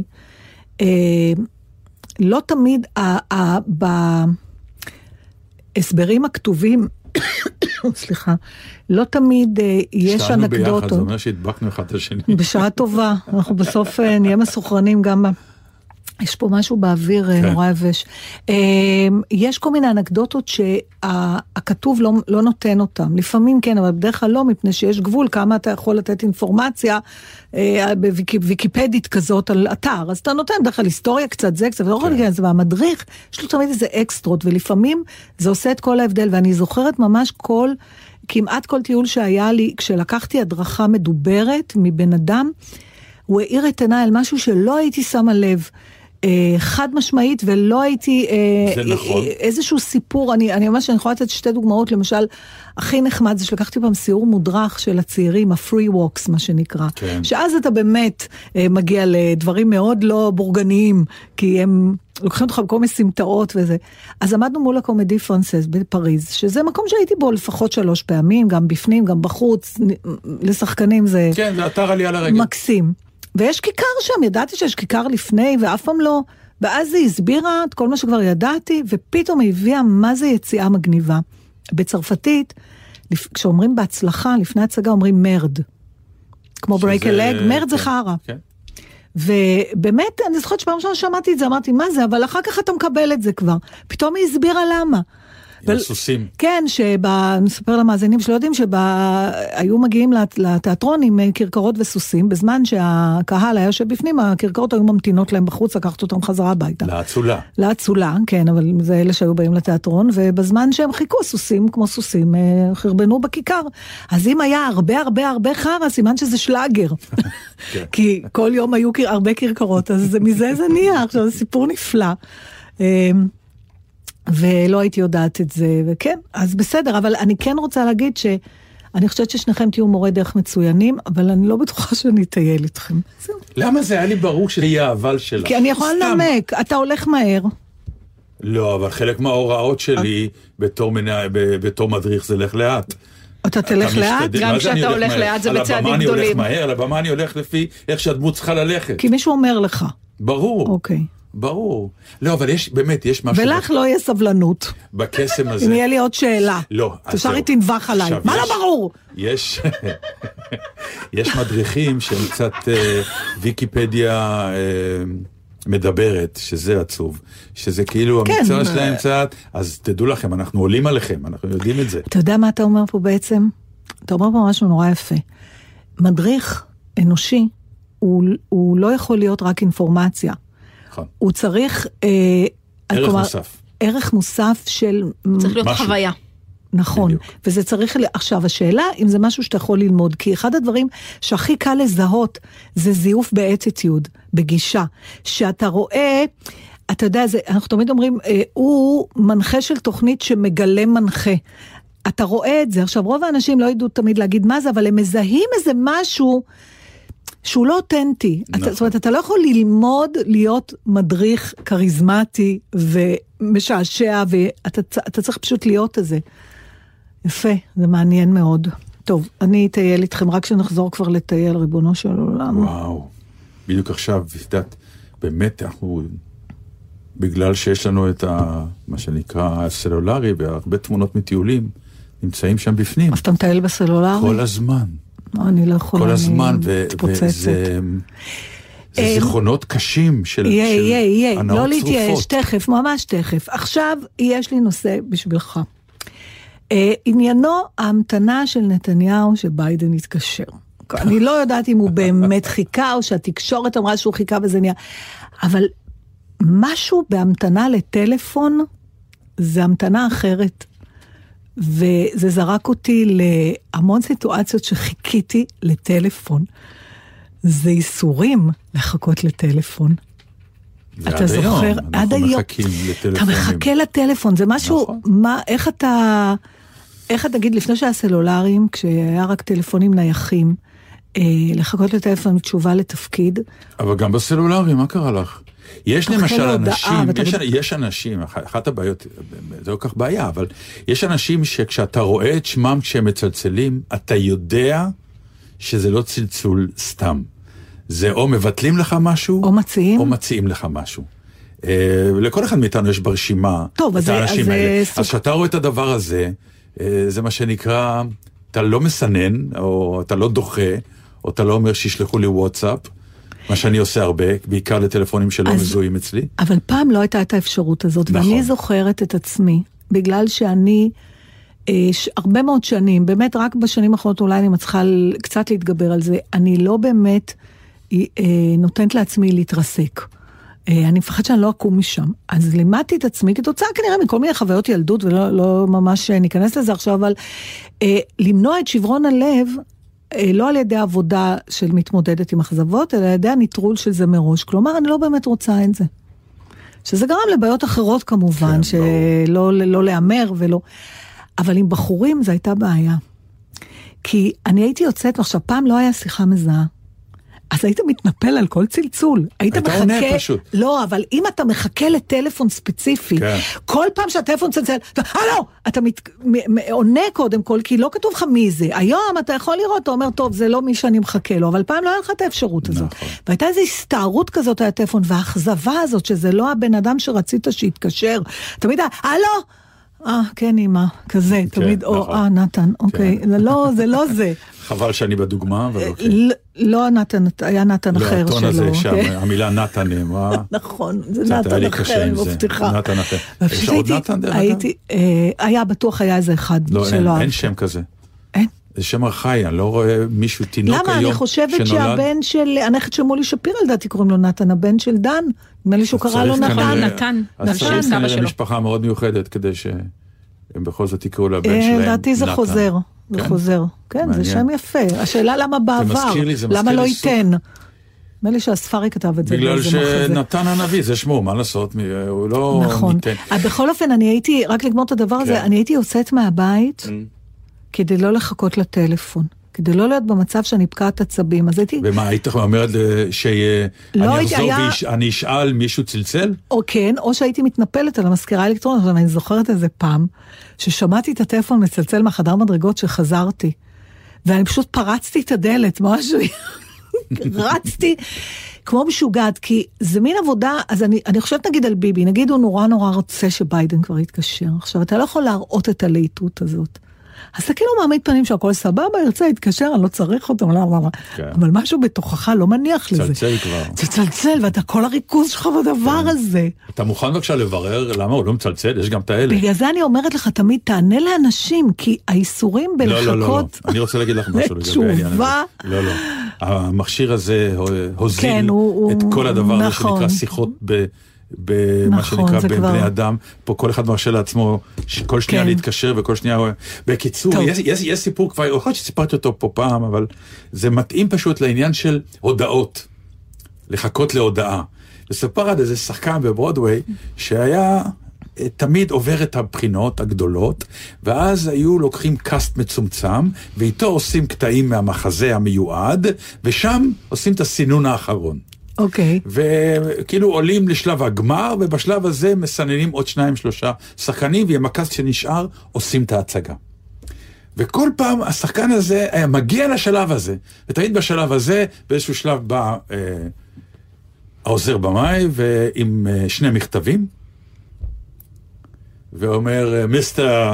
לא תמיד, בהסברים הכתובים, סליחה, לא תמיד יש אנקדוטות. שתנו ביחד, זה אומר שהדבקנו אחד את השני. בשעה טובה, אנחנו בסוף נהיה מסוכרנים גם יש פה משהו באוויר נורא יבש. יש כל מיני אנקדוטות שהכתוב לא נותן אותם. לפעמים כן, אבל בדרך כלל לא, מפני שיש גבול כמה אתה יכול לתת אינפורמציה בוויקיפדית כזאת על אתר. אז אתה נותן בדרך כלל היסטוריה קצת זה, קצת, ולא חלק זה, והמדריך, יש לו תמיד איזה אקסטרות, ולפעמים זה עושה את כל ההבדל, ואני זוכרת ממש כמעט כל טיול שהיה לי, כשלקחתי הדרכה מדוברת מבן אדם, הוא העיר את עיניי על משהו שלא הייתי שמה לב, חד משמעית, ולא הייתי נכון. איזשהו סיפור, אני ממש יכולה לתת שתי דוגמאות, למשל, הכי נחמד זה שלקחתי פעם סיור מודרך של הצעירים, הפרי ווקס, מה שנקרא, כן. שאז אתה באמת מגיע לדברים מאוד לא בורגניים, כי הם לוקחים אותך בכל מיני סמטאות וזה. אז עמדנו מול הקומדי פרנסס בפריז, שזה מקום שהייתי בו לפחות 3 פעמים, גם בפנים, גם בחוץ, לשחקנים זה... כן, זה אתר עלייה לרגל. מקסים. ויש כיכר שם, ידעתי שיש כיכר לפני, ואף פעם לא, ואז היא הסבירה את כל מה שכבר ידעתי, ופתאום היא הביאה מה זה יציאה מגניבה. בצרפתית, כשאומרים בהצלחה, לפני הצגה אומרים מרד. כמו ברייק הלג, מרד זה חרה. כן. ובאמת, אני זוכרת שפעם ראשונה שמעתי את זה, אמרתי, מה זה? אבל אחר כך אתה מקבל את זה כבר. פתאום היא הסבירה למה. סוסים. כן, נספר למאזינים שלא יודעים שהיו מגיעים לתיאטרון עם קרקרות וסוסים, בזמן שהקהל היה יושב בפנים, הקרקרות היו ממתינות להם בחוץ, לקחת אותם חזרה הביתה. לאצולה. לאצולה, כן, אבל זה אלה שהיו באים לתיאטרון, ובזמן שהם חיכו סוסים, כמו סוסים, חרבנו בכיכר. אז אם היה הרבה חרה, סימן שזה שלאגר. כי כל יום היו הרבה קרקרות, אז מזה זה נהיה, עכשיו זה סיפור נפלא. ולא הייתי יודעת את זה, וכן, אז בסדר, אבל אני כן רוצה להגיד שאני חושבת ששניכם תהיו מורי דרך מצוינים, אבל אני לא בטוחה שאני אטייל איתכם. למה זה היה לי ברור שיהיה אבל שלך? כי אני יכולה לנמק, אתה הולך מהר. לא, אבל חלק מההוראות שלי בתור מדריך זה לך לאט. אתה תלך לאט? גם כשאתה הולך לאט זה בצעדים גדולים. על הבמה אני הולך מהר, על הבמה אני הולך לפי איך שהדמות צריכה ללכת. כי מישהו אומר לך. ברור. אוקיי. ברור. לא, אבל באמת, יש משהו... ולך לא יהיה סבלנות. בקסם הזה. אם יהיה לי עוד שאלה. לא. תשאר היא תנבח עליי. מה לא ברור? יש מדריכים שהם קצת ויקיפדיה מדברת, שזה עצוב. שזה כאילו המקצוע שלהם קצת, אז תדעו לכם, אנחנו עולים עליכם, אנחנו יודעים את זה. אתה יודע מה אתה אומר פה בעצם? אתה אומר פה משהו נורא יפה. מדריך אנושי, הוא לא יכול להיות רק אינפורמציה. הוא צריך ערך מוסף. ערך מוסף של... צריך להיות חוויה. נכון, וזה צריך... עכשיו, השאלה אם זה משהו שאתה יכול ללמוד, כי אחד הדברים שהכי קל לזהות, זה זיוף באטיטיוד, בגישה, שאתה רואה, אתה יודע, אנחנו תמיד אומרים, הוא מנחה של תוכנית שמגלה מנחה. אתה רואה את זה, עכשיו רוב האנשים לא ידעו תמיד להגיד מה זה, אבל הם מזהים איזה משהו... שהוא לא אותנטי. זאת אומרת, אתה לא יכול ללמוד להיות מדריך קריזמטי ומשעשע, ואתה צריך פשוט להיות הזה. יפה, זה מעניין מאוד. טוב, אני אטייל איתכם, רק שנחזור כבר לטייל, ריבונו של עולם. וואו, בדיוק עכשיו, באמת אנחנו, בגלל שיש לנו את מה שנקרא הסלולרי, והרבה תמונות מטיולים, נמצאים שם בפנים. אז אתה מטייל בסלולרי? כל הזמן. אני לא יכולה, כל הזמן, וזה זיכרונות קשים של הנאות לא להתייאש, תכף, ממש תכף. עכשיו יש לי נושא בשבילך. עניינו ההמתנה של נתניהו שביידן יתקשר. אני לא יודעת אם הוא באמת חיכה, או שהתקשורת אמרה שהוא חיכה וזה נהיה, אבל משהו בהמתנה לטלפון, זה המתנה אחרת. וזה זרק אותי להמון סיטואציות שחיכיתי לטלפון. זה איסורים לחכות לטלפון. אתה זוכר? עד היום. אתה מחכה לטלפון, זה משהו, איך אתה תגיד, לפני שהיה סלולריים, כשהיה רק טלפונים נייחים, לחכות לטלפון תשובה לתפקיד. אבל גם בסלולריים, מה קרה לך? יש למשל אנשים, יש אנשים, אחת הבעיות, זה לא כך בעיה, אבל יש אנשים שכשאתה רואה את שמם כשהם מצלצלים, אתה יודע שזה לא צלצול סתם. זה או מבטלים לך משהו, או מציעים לך משהו. לכל אחד מאיתנו יש ברשימה את האנשים האלה. אז כשאתה רואה את הדבר הזה, זה מה שנקרא, אתה לא מסנן, או אתה לא דוחה, או אתה לא אומר שישלחו לי וואטסאפ, מה שאני עושה הרבה, בעיקר לטלפונים שלא מזוהים אצלי. אבל פעם לא הייתה את האפשרות הזאת, נכון. ואני זוכרת את עצמי, בגלל שאני הרבה מאוד שנים, באמת רק בשנים האחרונות אולי אני מצליחה קצת להתגבר על זה, אני לא באמת נותנת לעצמי להתרסק. אני מפחד שאני לא אקום משם. אז לימדתי את עצמי, כתוצאה כנראה מכל מיני חוויות ילדות, ולא ממש ניכנס לזה עכשיו, אבל למנוע את שברון הלב, לא על ידי עבודה של מתמודדת עם אכזבות, אלא על ידי הניטרול של זה מראש. כלומר, אני לא באמת רוצה את זה. שזה גרם לבעיות אחרות כמובן, שלא לאמר ולא... אבל עם בחורים זה הייתה בעיה. כי אני הייתי יוצאת, עכשיו פעם לא היה שיחה מזהה. אז היית מתנפל על כל צלצול. היית מחכה, עונה פשוט. לא, אבל אם אתה מחכה לטלפון ספציפי, כן. כל פעם שהטלפון צלצל, אתה עונה קודם כל, כי לא כתוב לך מי זה. היום אתה יכול לראות, אתה אומר, טוב, זה לא מי שאני מחכה לו, אבל פעם לא היה לך את האפשרות הזאת. נכון. והייתה איזו הסתערות כזאת על הטלפון, והאכזבה הזאת, שזה לא הבן אדם שרצית שיתקשר. תמיד, כן, אמא, כזה, תמיד, נתן, אוקיי, לא, זה לא זה. חבל שאני בדוגמה, אבל אוקיי. לא נתן, היה נתן אחר שלו. לא, הטון הזה, שהמילה נתן נאמרה. נכון, זה נתן אחר, אני מבטיחה. נתן אחר. יש עוד נתן דרך אגב? בטוח היה איזה אחד שלא. לא, אין שם כזה. אין? זה שם ארכאי, אני לא רואה מישהו תינוק היום שנולד. למה? אני חושבת שהבן של, הנכד של מולי שפיר, לדעתי קוראים לו נתן, הבן של דן, נדמה לי שהוא קרא לו נתן. אז צריך כנראה משפחה מאוד מיוחדת, כדי שהם בכל זאת יקראו לבן שלהם. לדעתי זה חוזר, זה חוזר. כן, זה שם יפה. השאלה למה בעבר, למה לא ייתן? נדמה לי שהספרי כתב את זה. בגלל שנתן הנביא, זה שמו, מה לעשות? הוא לא ניתן. בכל אופן, אני הייתי, רק לגמור את הדבר הזה, אני הייתי יוצאת מהבית, כדי לא לחכות לטלפון, כדי לא להיות במצב שאני פקעת עצבים, אז הייתי... ומה, היית אומרת שאני אחזור ואני אשאל מישהו צלצל? או כן, או שהייתי מתנפלת על המזכירה האלקטרונית, אבל אני זוכרת איזה פעם, ששמעתי את הטלפון מצלצל מהחדר מדרגות שחזרתי, ואני פשוט פרצתי את הדלת, משהו, רצתי כמו משוגעת, כי זה מין עבודה, אז אני חושבת נגיד על ביבי, נגיד הוא נורא רוצה שביידן כבר יתקשר, עכשיו אתה לא יכול להראות את הלהיטות הזאת, אז אתה כאילו מעמיד פנים שהכל סבבה, ירצה להתקשר, אני לא צריך אותו, אבל משהו בתוכך לא מניח לזה. צלצל כבר. צלצל, ואתה כל הריכוז שלך בדבר הזה. אתה מוכן בבקשה לברר למה הוא לא מצלצל? יש גם את האלה. בגלל זה אני אומרת לך, תמיד תענה לאנשים, כי האיסורים בלחכות... לא. אני רוצה להגיד לך משהו לגבי העניין הזה. לא. המכשיר הזה הוזיל את כל הדבר הזה שנקרא שיחות במה שנקרא בין בני אדם, פה כל אחד מרשה לעצמו כל שנייה להתקשר וכל שנייה, בקיצור, יש סיפור כבר, יכול להיות שסיפרתי אותו פה פעם, אבל זה מתאים פשוט לעניין של הודעות, לחכות להודעה. וספר עד איזה שחקן בברודווי, שהיה תמיד עובר את הבחינות הגדולות, ואז היו לוקחים קאסט מצומצם, ואיתו עושים קטעים מהמחזה המיועד, ושם עושים את הסינון האחרון. אוקיי. וכאילו עולים לשלב הגמר, ובשלב הזה מסננים עוד 2-3 שחקנים, ועם הקאסט שנשאר עושים את ההצגה. וכל פעם השחקן הזה היה מגיע לשלב הזה, ותמיד בשלב הזה, באיזשהו שלב בא העוזר במאי, ועם 2 מכתבים, ואומר, מיסטר,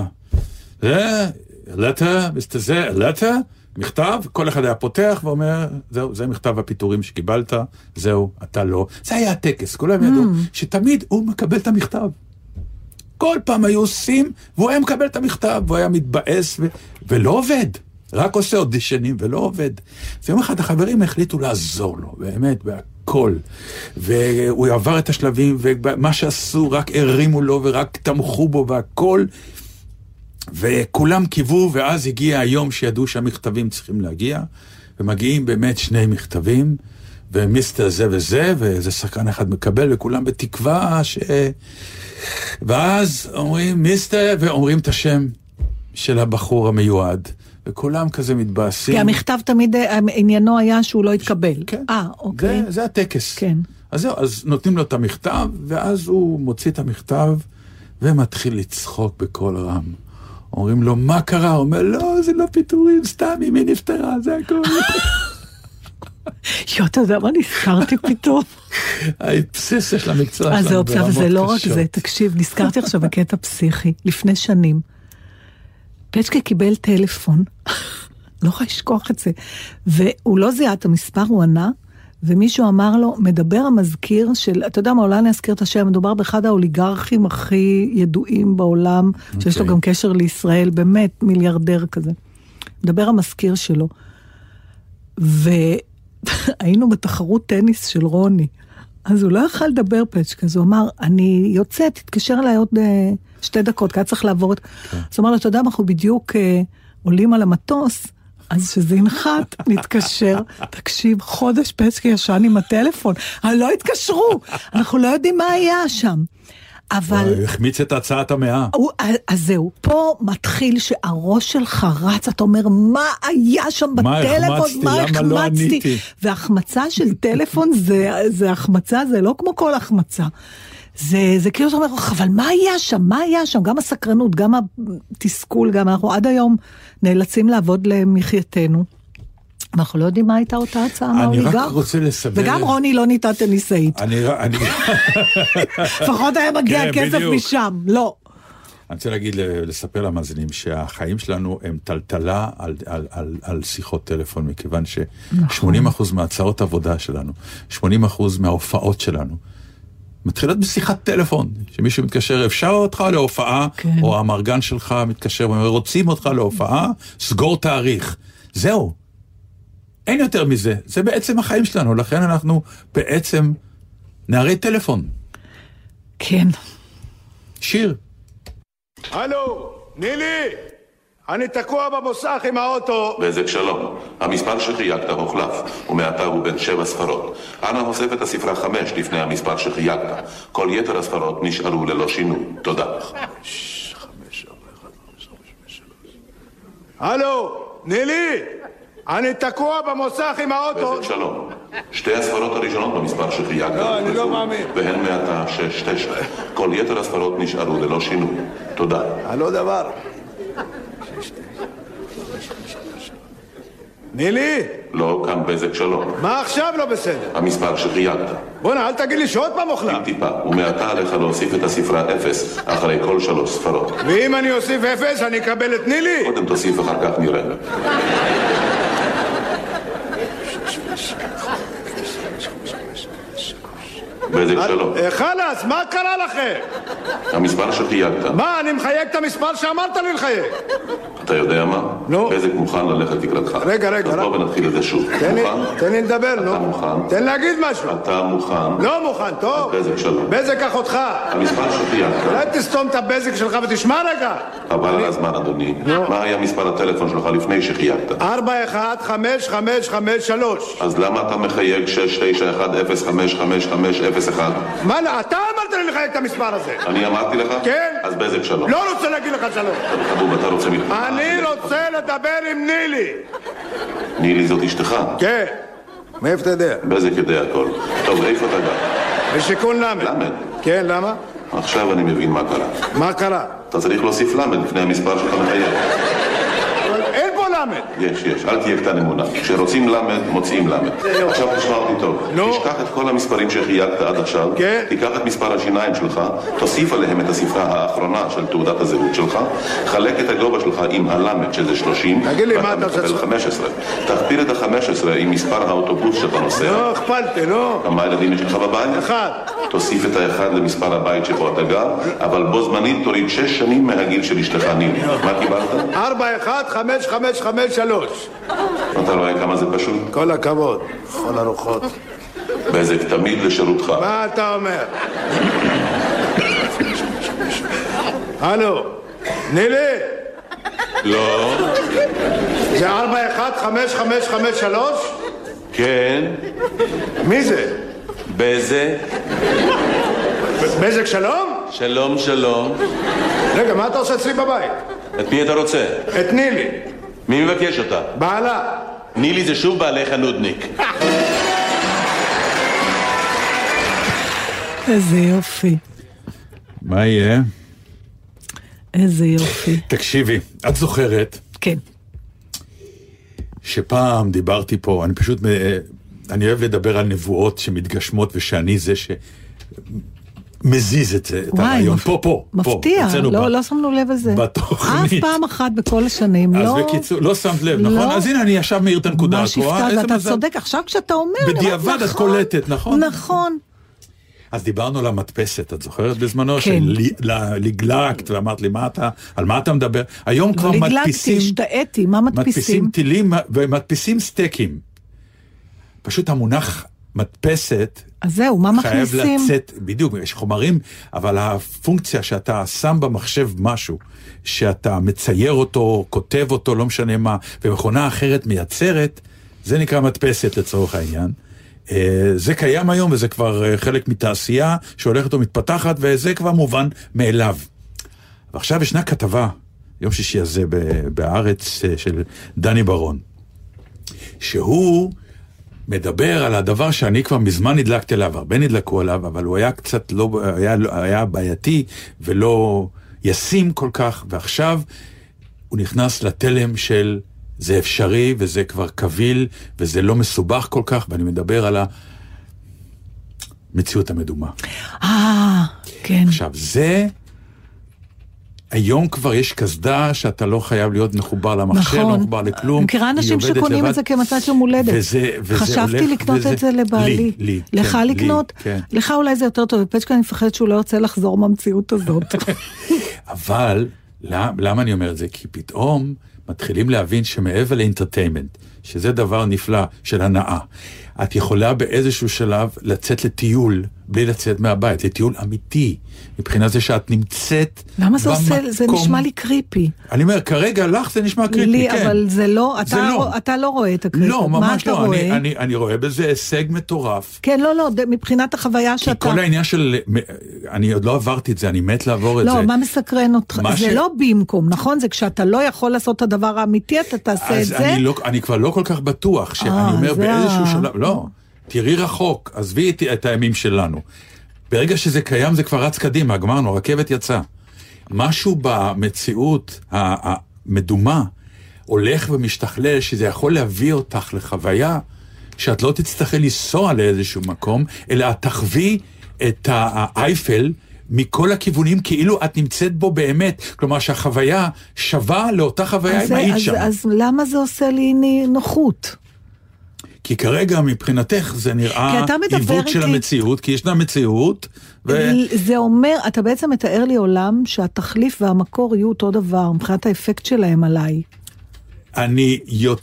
מיסטר זה, מכתב, כל אחד היה פותח ואומר, זהו, זה מכתב הפיטורים שקיבלת, זהו, אתה לא. זה היה הטקס, כולם ידעו שתמיד הוא מקבל את המכתב. כל פעם היו עושים, והוא היה מקבל את המכתב, והוא היה מתבאס, ולא עובד. רק עושה אודישנים ולא עובד. אז יום אחד החברים החליטו לעזור לו, באמת, בהכל. והוא עבר את השלבים, ומה שעשו, רק הרימו לו, ורק תמכו בו, והכל. וכולם קיוו, ואז הגיע היום שידעו שהמכתבים צריכים להגיע, ומגיעים באמת 2 מכתבים, ומיסטר זה וזה, ואיזה שחקן אחד מקבל, וכולם בתקווה ואז אומרים מיסטר, ואומרים את השם של הבחור המיועד, וכולם כזה מתבאסים. כי המכתב תמיד, עניינו היה שהוא לא יתקבל. כן. אוקיי. זה הטקס. כן. אז זהו, אז נותנים לו את המכתב, ואז הוא מוציא את המכתב, ומתחיל לצחוק בכל רם. אומרים לו, מה קרה? הוא אומר, לא, זה לא פיטורים, סתם, אמי נפטרה, זה הכל. אתה יודע מה נזכרתי פתאום? האבססיה של המקצוע שלנו ברמות קשות. אז זה לא רק זה, תקשיב, נזכרתי עכשיו בקטע פסיכי, לפני שנים. פצ'קה קיבל טלפון, לא יכולה לשכוח את זה, והוא לא זיהה את המספר, הוא ענה, ומישהו אמר לו, מדבר המזכיר של, אתה יודע מה, אולי אני אזכיר את השם, מדובר באחד האוליגרכים הכי ידועים בעולם, שיש לו גם קשר לישראל, באמת מיליארדר כזה. מדבר המזכיר שלו. והיינו בתחרות טניס של רוני, אז הוא לא יכל לדבר פצ'קה, אז הוא אמר, אני יוצא, תתקשר אליי עוד 2 דקות, כי היה צריך לעבור את... אז הוא אמר לו, אתה יודע מה, אנחנו בדיוק עולים על המטוס, אז שזה ינחת, נתקשר, תקשיב, חודש פצ'קה ישן עם הטלפון, אבל לא התקשרו, אנחנו לא יודעים מה היה שם. אבל... החמיץ את הצעת המאה. אז זהו, פה מתחיל שהראש שלך רץ, אתה אומר, מה היה שם בטלפון? מה החמצתי? למה לא עניתי? והחמצה של טלפון זה החמצה, זה לא כמו כל החמצה. זה כאילו אתה אומר, אבל מה היה שם? מה היה שם? גם הסקרנות, גם התסכול, גם אנחנו עד היום נאלצים לעבוד למחייתנו. אנחנו לא יודעים מה הייתה אותה הצעה, מה הוא ניגר. אני רק רוצה לסבר... וגם רוני לא ניתה טניסאית. לפחות היה מגיע כסף משם, לא. אני רוצה להגיד, לספר למאזינים, שהחיים שלנו הם טלטלה על שיחות טלפון, מכיוון ש80% מהצעות עבודה שלנו, 80% מההופעות שלנו, מתחילות בשיחת טלפון, שמישהו מתקשר, אפשר אותך להופעה, או המרגן שלך מתקשר, רוצים אותך להופעה, סגור תאריך. זהו. אין יותר מזה. זה בעצם החיים שלנו, לכן אנחנו בעצם נערי טלפון. כן. שיר. הלו, נילי, אני תקוע במוסך עם האוטו. בזק שלום, המספר שחייגת הוחלף, ומעתה הוא בין 7 ספרות. אנא הוסף את הספרה 5 לפני המספר שחייגת. כל יתר הספרות נשארו ללא שינוי. תודה. 5, 4, 1, 5, 6, 3. הלו, נילי, אני תקוע במוסך עם האוטו. בזק שלום, 2 הספרות הראשונות במספר שחייגת. לא, אני לא מאמין. והן מעתה 6, 9. כל יתר הספרות נשארו ללא שינוי. תודה. הלא דבר. נילי? לא, כאן בזק שלום. מה עכשיו לא בסדר? המספר שחייגת. בוא'נה, אל תגיד לי שעוד פעם אוכלה. טיפה, ומעתה עליך להוסיף את הספרה 0 אחרי כל 3 ספרות. ואם אני אוסיף 0, אני אקבל את נילי? קודם תוסיף, אחר כך נראה. בזק שלום. חלאס, מה קרה לכם? המספר שחייגת. מה, אני מחייג את המספר שאמרת לי לחייג. אתה יודע מה? נו. בזק מוכן ללכת לקראתך. רגע. אז בוא ונתחיל את זה שוב. תן לי לדבר, נו. אתה מוכן? תן להגיד משהו. אתה מוכן? לא מוכן, טוב. בזק שלום. בזק אחותך. המספר שחייגת. אולי תסתום את הבזק שלך ותשמע רגע. אבל על הזמן, אדוני. מה היה מספר הטלפון שלך לפני שחייגת? 415553. אז למה אתה מחייג 691055501? מה, אתה אמרת לי לחייג את המספר הזה. אני אמרתי לך? כן. אז בזק שלום. לא רוצה להגיד לך שלום. חבוב, אתה רוצה מלחמה? אני רוצה לדבר עם נילי. נילי זאת אשתך? כן. מאיפה אתה יודע? בזק יודע הכל. טוב, איפה אתה גר? בשיכון למד. למד? כן, למה? עכשיו אני מבין מה קרה. מה קרה? אתה צריך להוסיף למד לפני המספר שאתה מחייג. אין פה למד. יש, אל תהיה קטן אמונה. כשרוצים למד, מוציאים למד. עכשיו תשמע אותי טוב. תשכח את כל המספרים שחייגת עד עכשיו, תיקח את מספר השיניים שלך, תוסיף עליהם את הספרה האחרונה של תעודת הזהות שלך, חלק את הגובה שלך עם הלמד שזה 30, ואתה מקבל 15. תכפיל את ה-15 עם מספר האוטובוס שאתה נוסע. לא, הכפלתי, לא. כמה ילדים יש לך בבית? 1. תוסיף את ה-1 למספר הבית שבו אתה גר, אבל בו זמנית תוריד 6 שנים מהגיל של אשתך נילי. מה קיבלת? 415553. אתה רואה כמה זה פשוט? כל הכבוד, כל הרוחות. בזק תמיד לשירותך. מה אתה אומר? הלו, נילי? לא. זה 415553? כן. מי זה? בזק. בזק שלום? שלום. רגע, מה אתה עושה אצלי בבית? את מי אתה רוצה? את נילי. מי מבקש אותה? בעלה. נילי זה שוב בעלך הנודניק. איזה יופי. מה יהיה? איזה יופי. תקשיבי, את זוכרת? כן. שפעם דיברתי פה, אני אוהב לדבר על נבואות שמתגשמות, ושאני זה מזיז את זה, את הרעיון. פה. מפתיע, לא שמנו לב על זה. בתוכנית. אף פעם אחת בכל השנים. אז בקיצור, לא שמת לב, נכון? אז הנה, אני ישב מאיר את הנקודה. מה שהפתעת, אתה צודק, עכשיו כשאתה אומר, בדיעבד את קולטת, נכון? נכון. אז דיברנו על המדפסת, את זוכרת בזמנו? שלגלקת, ואמרת לי, על מה אתה מדבר? היום כבר מדפיסים... לגלקתי, השתאתי, מה מדפיסים? מדפיסים טילים ומדפיסים סטייקים. פשוט המונח מדפסת... אז זהו, מה מכניסים? חייב לצאת, בדיוק, יש חומרים, אבל הפונקציה שאתה שם במחשב משהו, שאתה מצייר אותו, כותב אותו, לא משנה מה, ומכונה אחרת מייצרת, זה נקרא מדפסת לצורך העניין. זה קיים היום, וזה כבר חלק מתעשייה שהולכת ומתפתחת, וזה כבר מובן מאליו. ועכשיו ישנה כתבה, יום שישי הזה בארץ של דני ברון, שהוא מדבר על הדבר שאני כבר מזמן נדלקתי עליו, הרבה נדלקו עליו, אבל הוא היה קצת לא, היה בעייתי ולא ישים כל כך, ועכשיו הוא נכנס לתלם של זה אפשרי וזה כבר קביל וזה לא מסובך כל כך, ואני מדבר על המציאות המדומה. כן. עכשיו, זה היום כבר יש כסדה שאתה לא חייב להיות מחובר למחשב, לא מחובר לכלום. אני מכירה אנשים שקונים את זה כמצד של מולדת. חשבתי לקנות את זה לבעלי. לך לקנות? לך אולי זה יותר טוב, בפצ'קה אני מפחדת שהוא לא יוצא לחזור מהמציאות הזאת. אבל, למה אני אומר את זה? כי פתאום מתחילים להבין שמעבר לאינטרטיימנט, שזה דבר נפלא של הנאה, את יכולה באיזשהו שלב לצאת לטיול, בלי לצאת מהבית, לטיול אמיתי, מבחינת זה שאת נמצאת למה זה עושה, זה נשמע לי קריפי. אני אומר, כרגע לך זה נשמע קריפי, לי, כן. אבל זה לא, אתה לא רואה את הקריפי. לא, ממש לא, אני רואה בזה הישג מטורף. כן, לא, מבחינת החוויה שאתה... כי כל העניין של, אני עוד לא עברתי את זה, אני מת לעבור את זה. לא, מה מסקרן אותך? זה לא במקום, נכון? זה כשאתה לא יכול לעשות את הדבר האמיתי, אתה תעשה את זה. אני כבר לא כל כך בטוח, שאני אומר באיזשהו שלב, לא, תראי רחוק, עזבי את הימים שלנו. ברגע שזה קיים זה כבר רץ קדימה, גמרנו, הרכבת יצא. משהו במציאות המדומה הולך ומשתכלל, שזה יכול להביא אותך לחוויה שאת לא תצטרכי לנסוע לאיזשהו מקום, אלא את תחווי את האייפל מכל הכיוונים, כאילו את נמצאת בו באמת. כלומר שהחוויה שווה לאותה חוויה אם היית שם. אז למה זה עושה לי נוחות? כי כרגע מבחינתך זה נראה עיוות של המציאות, כי ישנה מציאות. זה אומר, אתה בעצם מתאר לי עולם שהתחליף והמקור יהיו אותו דבר, מבחינת האפקט שלהם עליי. אני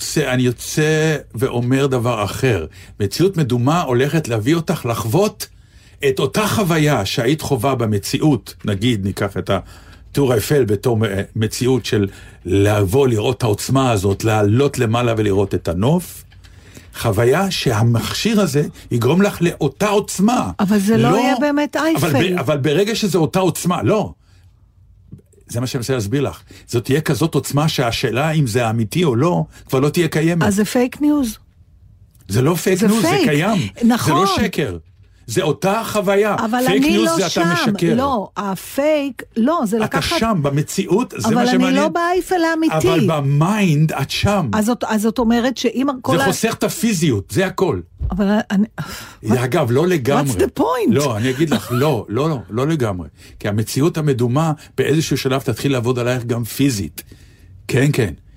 יוצא ואומר דבר אחר. מציאות מדומה הולכת להביא אותך לחוות את אותה חוויה שהיית חובה במציאות. נגיד, ניקח את טור אייפל בתור מציאות של לבוא לראות את העוצמה הזאת, לעלות למעלה ולראות את הנוף. חוויה שהמכשיר הזה יגרום לך לאותה עוצמה. אבל זה לא יהיה באמת אייפל. אבל ברגע שזה אותה עוצמה, לא. זה מה שאני מנסה להסביר לך. זאת תהיה כזאת עוצמה שהשאלה אם זה אמיתי או לא, כבר לא תהיה קיימת. אז זה פייק ניוז. זה לא פייק ניוז, זה קיים. נכון. זה לא שקר. זה אותה חוויה. אבל פייק אני ניוז לא זה שם. אתה משקר. לא, הפייק, לא, זה לקחת... אתה שם, במציאות, זה מה אבל שמעניין. אני לא באייפל האמיתי. אבל במיינד את שם. אז זאת אומרת שאם... זה חוסך את הפיזיות, זה הכל. אבל אני... אגב, לא לגמרי. What's the point? לא, אני אגיד לך, לא לגמרי. כי המציאות המדומה באיזשהו שלב תתחיל לעבוד עלייך גם פיזית. כן.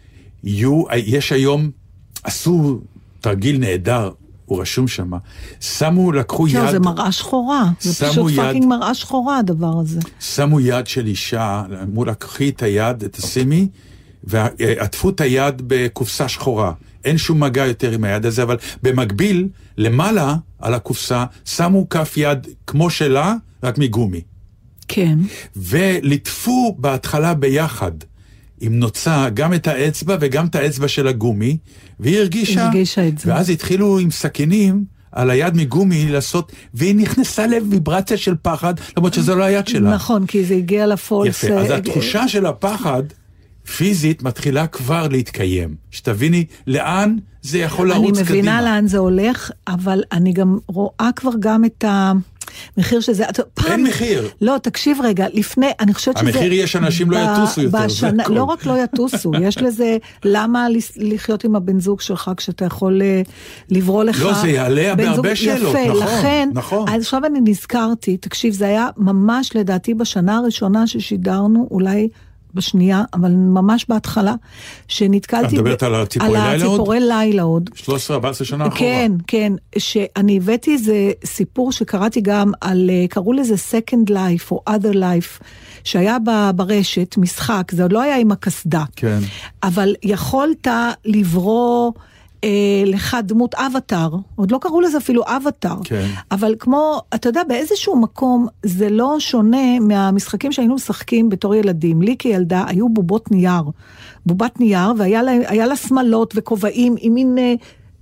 יש היום, עשו תרגיל נהדר, הוא רשום שם, לקחו יד... זה מראה שחורה, זה פשוט פאקינג מראה שחורה הדבר הזה. שמו יד של אישה, אמרו לקחי את היד, תשימי, ועטפו את היד בקופסה שחורה. אין שום מגע יותר עם היד הזה, אבל במקביל, למעלה על הקופסה, שמו כף יד כמו שלה, רק מגומי. כן. ולטפו בהתחלה ביחד, עם נוצה גם את האצבע וגם את האצבע של הגומי, והיא הרגישה את זה. ואז התחילו עם סכינים על היד מגומי לעשות, והיא נכנסה לוויברציה של פחד, למרות שזה לא היד שלה. נכון, כי זה הגיע לפולס. יפה, אז התחושה של הפחד, פיזית, מתחילה כבר להתקיים. שתביני לאן זה יכול לרוץ קדימה. אני מבינה לאן זה הולך, אבל אני גם רואה כבר גם את המחיר שזה... אין מחיר. לא, תקשיב רגע, לפני, אני חושבת שזה... המחיר יש אנשים לא יטוסו יותר, זה הכל. לא רק לא יטוסו, יש לזה, למה לחיות עם הבן זוג שלך כשאתה יכול לברוא לך... לא, זה יעלה בהרבה שאלות, יפה, נכון. לכן, נכון. אז עכשיו אני נזכרתי, תקשיב, זה היה ממש לדעתי בשנה הראשונה ששידרנו, אולי... בשנייה, אבל ממש בהתחלה, שנתקלתי... את מדברת על הציפורי לילה עוד? על הציפורי לילה עוד. 13-14 שנה אחורה. כן, שאני הבאתי איזה סיפור שקראתי גם על, קראו לזה Second Life או Other Life, שהיה ברשת, משחק, זה עוד לא היה עם הכסדה. כן. אבל יכולת לברוא... לך דמות אבטר, עוד לא קראו לזה אפילו אבטר, כן. אבל כמו, אתה יודע, באיזשהו מקום זה לא שונה מהמשחקים שהיינו משחקים בתור ילדים. לי כילדה היו בובת נייר, והיה לה שמלות וכובעים עם מין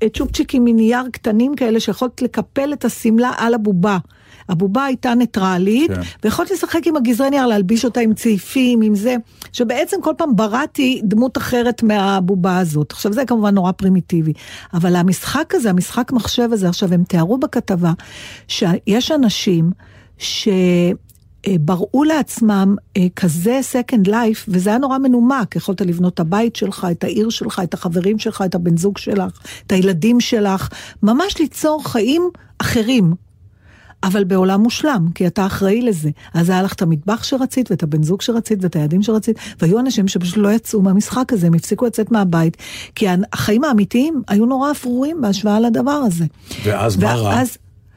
צ'ופצ'יקים מנייר קטנים כאלה, שיכולת לקפל את הסמלה על הבובה. הבובה הייתה ניטרלית, ויכולת לשחק עם הגזרי נייר, להלביש אותה עם צעיפים, עם זה, שבעצם כל פעם בראתי דמות אחרת מהבובה הזאת. עכשיו זה כמובן נורא פרימיטיבי, אבל המשחק הזה, המשחק מחשב הזה, עכשיו הם תיארו בכתבה, שיש אנשים שבראו לעצמם כזה second life, וזה היה נורא מנומק, יכולת לבנות את הבית שלך, את העיר שלך, את החברים שלך, את הבן זוג שלך, את הילדים שלך, ממש ליצור חיים אחרים, אבל בעולם מושלם, כי אתה אחראי לזה. אז היה לך את המטבח שרצית, ואת הבן זוג שרצית, ואת הילדים שרצית, והיו אנשים שפשוט לא יצאו מהמשחק הזה, הם הפסיקו לצאת מהבית, כי החיים האמיתיים היו נורא אפרורים בהשוואה לדבר הזה. ואז מה רע? ואז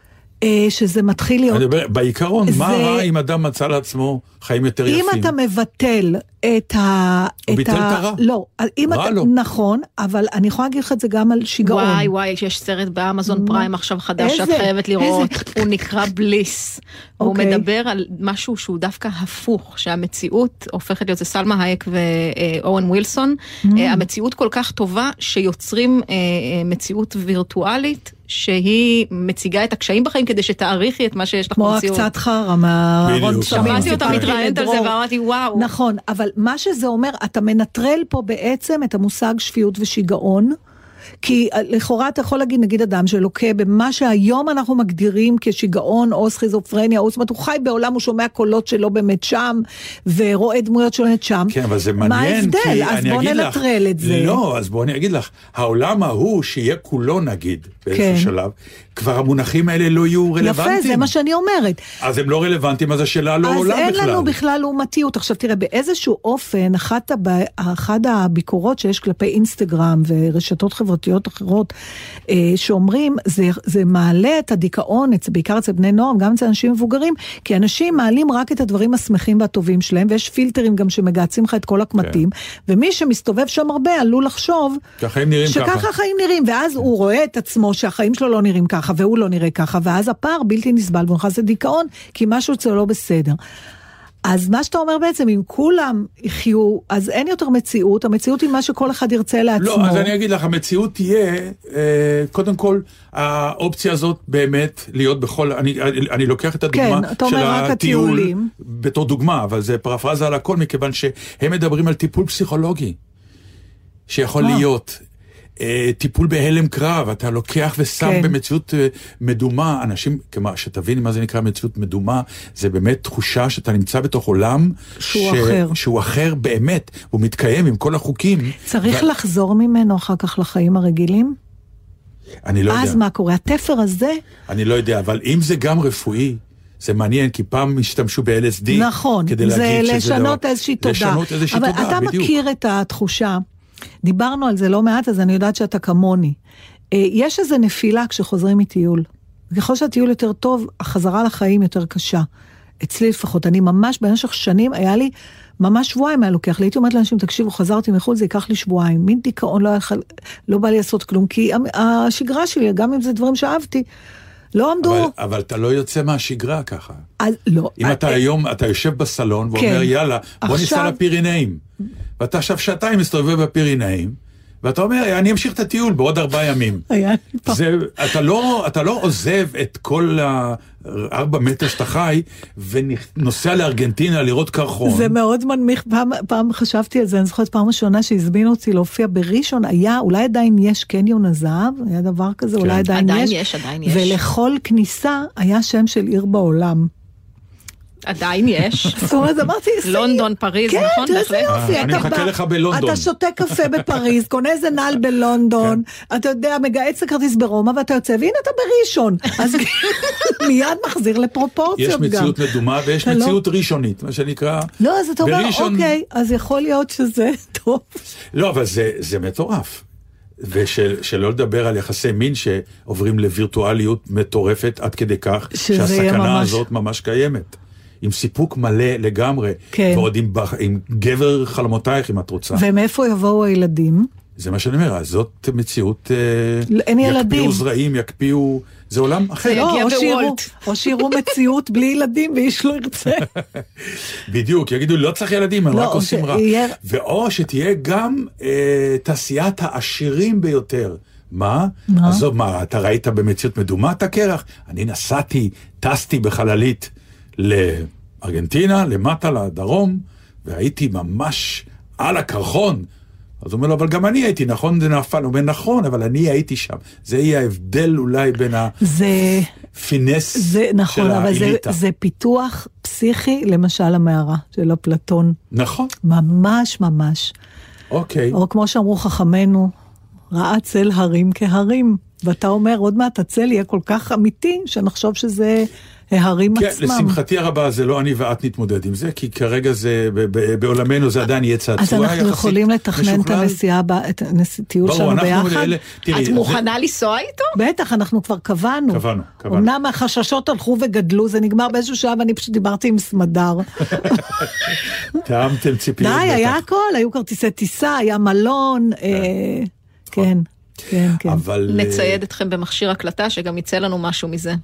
שזה מתחיל להיות... בעיקרון, מה רע אם אדם מצא לעצמו חיים יותר יפים? אם אתה מבטל את ה... הוא ביטל את הרע? לא. רע לו. נכון, אבל אני יכולה להגיד לך את זה גם על שיגעון. וואי, יש סרט באמזון פריים עכשיו חדש שאת חייבת לראות. הוא נקרא בליס. הוא מדבר על משהו שהוא דווקא הפוך, שהמציאות הופכת להיות, זה סלמה הייק ואורן ווילסון, המציאות כל כך טובה שיוצרים מציאות וירטואלית, שהיא מציגה את הקשיים בחיים כדי שתעריכי את מה שיש לך במציאות. כמו קצת חרא מהרון שמים. שמעתי אותה מתראיינת על זה ואמרתי וואו. נכון, אבל מה שזה אומר, אתה מנטרל פה בעצם את המושג שפיות ושיגעון, כי לכאורה אתה יכול להגיד, נגיד אדם שלוקה במה שהיום אנחנו מגדירים כשיגעון או סכיזופרניה, או זאת אומרת, הוא חי בעולם, הוא שומע קולות שלא באמת שם, ורואה דמויות שלא באמת שם. כן, אבל זה מעניין. מה ההבדל? אז בוא ננטרל את זה. לא, אז בוא אני אגיד לך, העולם ההוא שיהיה כולו נגיד, באיזשהו שלב, כבר המונחים האלה לא יהיו רלוונטיים. יפה, זה מה שאני אומרת. אז הם לא רלוונטיים, אז השאלה לא עולה בכלל. אז אין לנו בכלל לעומתיות. עכשיו תראה, באיזשהו אופן, אחת הביקורות שיש כלפי אינסטגרם ורשתות חברתיות אחרות, שאומרים, זה מעלה את הדיכאון, בעיקר אצל בני נוער, גם אצל אנשים מבוגרים, כי אנשים מעלים רק את הדברים השמחים והטובים שלהם, ויש פילטרים גם שמגעצים לך את כל הקמטים, ומי שמסתובב שם הרבה עלול לחשוב, שככה החיים נראים, ואז הוא רואה את עצמו שהחיים שלו לא נראים ככה, והוא לא נראה ככה, ואז הפער בלתי נסבל, והוא נכנס לדיכאון, כי משהו אצלו לא בסדר. אז מה שאתה אומר בעצם, אם כולם יחיו, אז אין יותר מציאות, המציאות היא מה שכל אחד ירצה לעצמו. לא, אז אני אגיד לך, המציאות תהיה, קודם כל, האופציה הזאת באמת להיות בכל, אני לוקח את הדוגמה של הטיול בתור דוגמה, אבל זה פרפרזה על הכל, מכיוון שהם מדברים על טיפול פסיכולוגי, שיכול להיות טיפול בהלם קרב, אתה לוקח ושם במציאות מדומה, אנשים, כמו שתבין מה זה נקרא מציאות מדומה, זה באמת תחושה שאתה נמצא בתוך עולם שהוא אחר באמת, הוא מתקיים עם כל החוקים. צריך לחזור ממנו אחר כך לחיים הרגילים? אני לא יודע. אז מה קורה? התפר הזה? אני לא יודע, אבל אם זה גם רפואי, זה מעניין, כי פעם השתמשו ב-LSD, נכון, זה לשנות איזושהי תודה. אבל אתה מכיר את התחושה, דיברנו על זה לא מעט, אז אני יודעת שאתה כמוני. יש איזו נפילה כשחוזרים מטיול. ככל שהטיול יותר טוב, החזרה לחיים יותר קשה. אצלי לפחות, אני ממש במשך שנים, היה לי ממש שבועיים היה לוקח לי. הייתי אומרת לאנשים, תקשיבו, חזרתי מחו"ל, זה ייקח לי שבועיים. מין דיכאון, לא בא לי לעשות כלום, כי השגרה שלי, גם אם זה דברים שאהבתי, לא עמדו. אבל אתה לא יוצא מהשגרה ככה. אז לא. אם אתה היום, אתה יושב בסלון ואומר, יאללה, בוא ניסע לפירינאים. ואתה עכשיו שעתיים מסתובב בפירינאים, ואתה אומר, אני אמשיך את הטיול בעוד 4 ימים. אתה לא עוזב את כל 4 מטר שאתה חי, ונוסע לארגנטינה לראות קרחון. זה מאוד מנמיך, פעם חשבתי על זה, אני זוכרת פעם ראשונה שהזמינו אותי להופיע בראשון, אולי עדיין יש קניון הזהב, היה דבר כזה, אולי עדיין יש. ולכל כניסה היה שם של עיר בעולם. עדיין יש. זאת אומרת, אמרתי, לונדון, פריז, נכון? כן, זה יופי. אני מחכה לך בלונדון. אתה שותה קפה בפריז, קונה איזה נעל בלונדון, אתה יודע, מגעץ לכרטיס ברומא, ואתה יוצא, והנה אתה בראשון. אז מיד מחזיר לפרופורציות גם. יש מציאות מדומה, ויש מציאות ראשונית, מה שנקרא. לא, אז אתה אומר, אוקיי, אז יכול להיות שזה טוב. לא, אבל זה מטורף. ושלא לדבר על יחסי מין שעוברים לווירטואליות מטורפת עד כדי כך שהסכנה הזאת ממש קיימת. עם סיפוק מלא לגמרי, ועוד עם גבר חלומותייך אם את רוצה. ומאיפה יבואו הילדים? זה מה שאני אומר, זאת מציאות, אין ילדים. יקפיאו זרעים, יקפיאו, זה עולם אחר. או שירו מציאות בלי ילדים ואיש לא ירצה. בדיוק, יגידו, לא צריך ילדים, הם רק עושים רע. ואו שתהיה גם תעשיית העשירים ביותר מה? עזוב, מה, אתה ראית במציאות מדומת הקרח? אני נסעתי, טסתי בחללית לארגנטינה, למטה, לדרום, והייתי ממש על הקרחון. אז הוא אומר לו, אבל גם אני הייתי, נכון, זה נפל. הוא אומר, נכון, אבל אני הייתי שם. זה יהיה ההבדל אולי בין הפינס נכון, של אבל האליטה. זה פיתוח פסיכי, למשל המערה של אפלטון. נכון. ממש ממש. אוקיי. או כמו שאמרו חכמנו, ראה צל הרים כהרים. ואתה אומר, עוד מעט הצל יהיה כל כך אמיתי, שנחשוב שזה ההרים כן, עצמם. לשמחתי הרבה, זה לא אני ואת נתמודד עם זה, כי כרגע זה, בעולמנו זה עדיין יהיה צעצוע. אז אנחנו יכולים לתכנן את הנסיעה, את הטיול שלנו ביחד. את מוכנה לנסוע איתו? בטח, אנחנו כבר קבענו. אמנם החששות הלכו וגדלו, זה נגמר באיזשהו שעה, ואני פשוט דיברתי עם סמדר. טעמתם ציפיות. די, היה הכל, היו כרטיסי טיסה, היה מלון, כן. כן, כן. נצייד אתכם במכשיר הקלטה, שגם יצא לנו משהו מזה.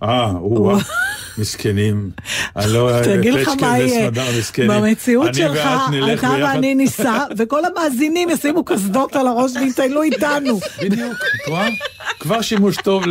מסכנים. תגיד לך מה יהיה, במציאות שלך, אתה ואני ניסע, וכל המאזינים ישימו כסדות על הראש ויטיילו איתנו. בדיוק, כבר שימוש טוב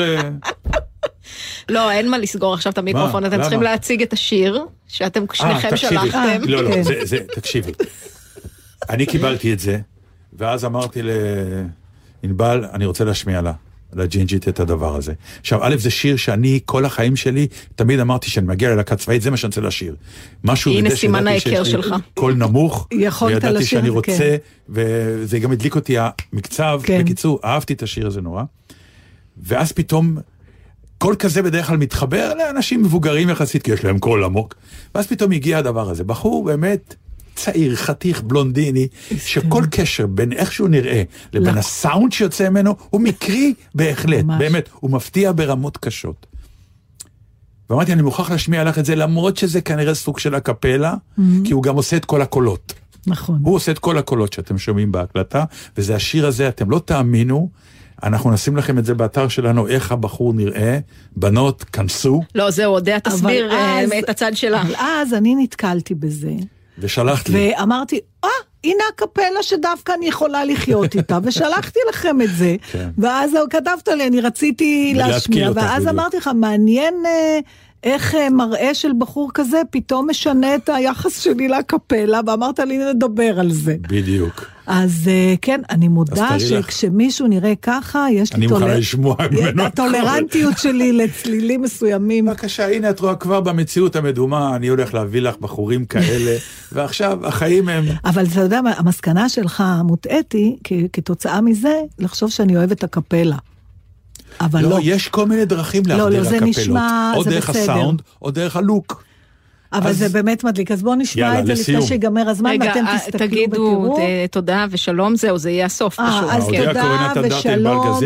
לא, אין מה לסגור עכשיו את המיקרופון, אתם צריכים להציג את השיר, שאתם שניכם שלחתם. לא, תקשיבי. אני קיבלתי את זה, ואז אמרתי ענבל, אני רוצה להשמיע לה, לג'ינג'ית את הדבר הזה. עכשיו, א', זה שיר שאני, כל החיים שלי, תמיד אמרתי שאני מגיע ללהקה צבאית, זה מה שאני רוצה לשיר. הנה סימן ההיכר שלך. קול נמוך, וידעתי שאני רוצה, וזה גם הדליק אותי המקצב. בקיצור, אהבתי את השיר הזה נורא. ואז פתאום, קול כזה בדרך כלל מתחבר לאנשים מבוגרים יחסית, כי יש להם קול עמוק. ואז פתאום הגיע הדבר הזה. בחור באמת צעיר, חתיך, בלונדיני, שכל קשר בין איך שהוא נראה לבין הסאונד שיוצא ממנו, הוא מקרי בהחלט, באמת, הוא מפתיע ברמות קשות. ואמרתי, אני מוכרח להשמיע לך את זה, למרות שזה כנראה סוג של הקפלה, כי הוא גם עושה את כל הקולות. נכון. הוא עושה את כל הקולות שאתם שומעים בהקלטה, וזה השיר הזה, אתם לא תאמינו, אנחנו נשים לכם את זה באתר שלנו, איך הבחור נראה, בנות, כנסו. לא, זהו, יודע, תסביר את הצד שלה. אבל אז אני נתקלתי בזה. ושלחת לי. ואמרתי, הנה הקפלה שדווקא אני יכולה לחיות איתה, ושלחתי לכם את זה. ואז כתבת לי, אני רציתי להשמיע, ואז אמרתי לך, מעניין איך מראה של בחור כזה פתאום משנה את היחס שלי לקפלה, ואמרת לי, נדבר על זה. בדיוק. אז כן, אני מודע שכשמישהו נראה ככה, יש לי הטולרנטיות שלי לצלילים מסוימים. בבקשה, הנה את רואה כבר במציאות המדומה, אני הולך להביא לך בחורים כאלה, ועכשיו החיים הם... אבל אתה יודע, המסקנה שלך מוטעית היא, כתוצאה מזה, לחשוב שאני אוהבת הקפלה. אבל לא. יש כל מיני דרכים להחדיר הקפלות. זה נשמע, או זה דרך בסדר. הסאונד, או דרך הלוק. אבל זה באמת מדליק, אז בואו נשמע את זה לפני שיגמר הזמן, ואתם תסתכלו ותראו. תגידו תודה ושלום, זהו, זה יהיה הסוף פשוט. אז תודה ושלום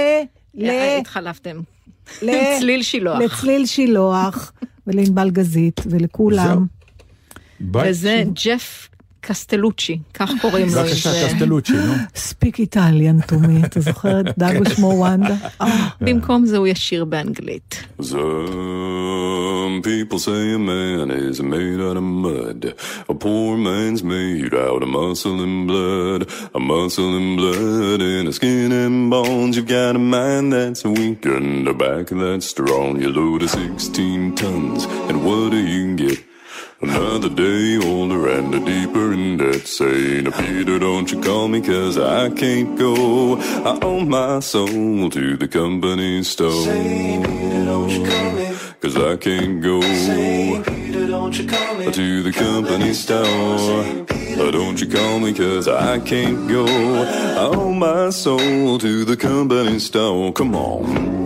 התחלפתם. לצליל שילוח. לצליל שילוח, ולענבל גזית, ולכולם. וזה ג'ף קסטלוצ'י, כך קוראים לו. בבקשה, קסטלוצ'י, נו. ספיק איטליאן, תומי, אתה זוכרת? דאגו שמו וונדה. במקום זה הוא ישיר באנגלית. Some people say a man is made out of mud. A poor man's made out of muscle and blood. A muscle and blood and a skin and bones. You've got a mind that's weak and a back that's strong. You load of 16 tons and what do you get? Another day older and a deeper in debt. Saying, Peter, don't you call me, cause I can't go. I owe my soul to the company store. Say, Peter, don't you call me, cause I can't go. Say, Peter, don't you call me, to the company store. Don't you call me, cause I can't go. I owe my soul to the company store. Come on.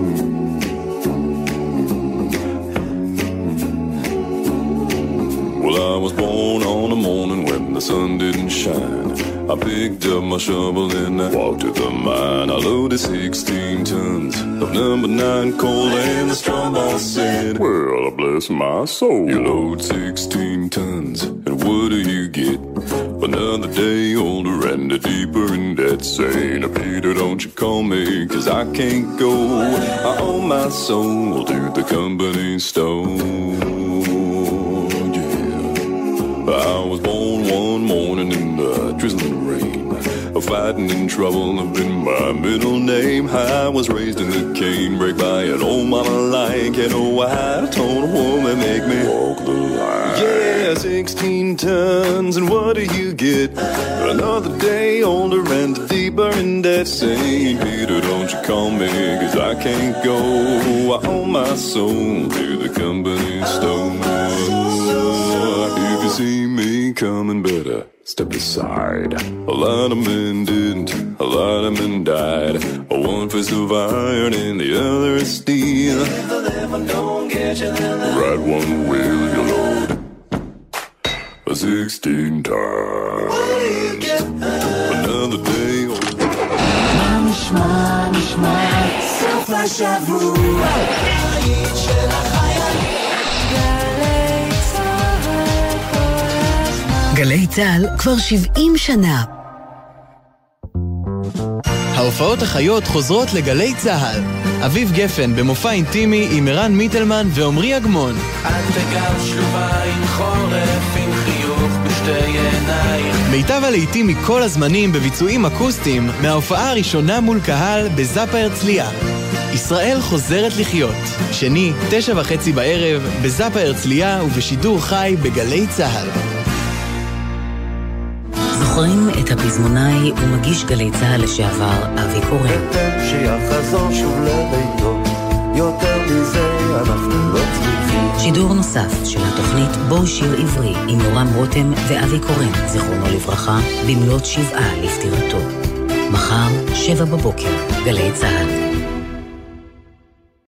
Well, I was born on a morning when the sun didn't shine. I picked up my shovel and I walked to the mine. I loaded 16 tons of number 9 coal, and the straw boss said, well, bless my soul. You load 16 tons, and what do you get? Another day older and a deeper in debt. Saying, Peter, don't you call me, cause I can't go. I owe my soul to the company store. I was born one morning in the drizzling rain. Fighting in trouble have been my middle name. I was raised in the canebrake by an old mama like an old white-toned woman make me walk the line. Yeah, 16 tons, and what do you get? Another day older and deeper in debt. St. Peter, don't you call me, 'cause I can't go. I owe my soul to the company store. If you see me coming, better step aside. A lot of men didn't, a lot of men died. One fist of iron and the other is steel. Ride one wheel, you load 16 times. Another day. נשמע סוף השבוע היית של החיילים גלי צהל כל הזמן. גלי צהל כבר 70 שנה. ההופעות החיות חוזרות לגלי צהל. אביב גפן במופע אינטימי עם ערן מיטלמן ועומרי אגמון. את וגם שלובה עם חורף עם חיוך בשתי עיניים. מיטב הלעיתים מכל הזמנים בביצועים אקוסטיים מההופעה הראשונה מול קהל בזאפה הרצליה. ישראל חוזרת לחיות. שני, 9:30 בערב בזאפה הרצליה ובשידור חי בגלי צהל. זוכרים את הפזמונאי ומגיש גלי צהל לשעבר אבי קורן. שיחזור שוב לביתו, יותר מזה אנחנו לא צריכים. שידור נוסף של התוכנית בו שיר עברי עם יורם רותם ואבי קורן, זיכרונו לברכה, במלאת 7 לפטירתו. מחר, 7 בבוקר, גלי צהל.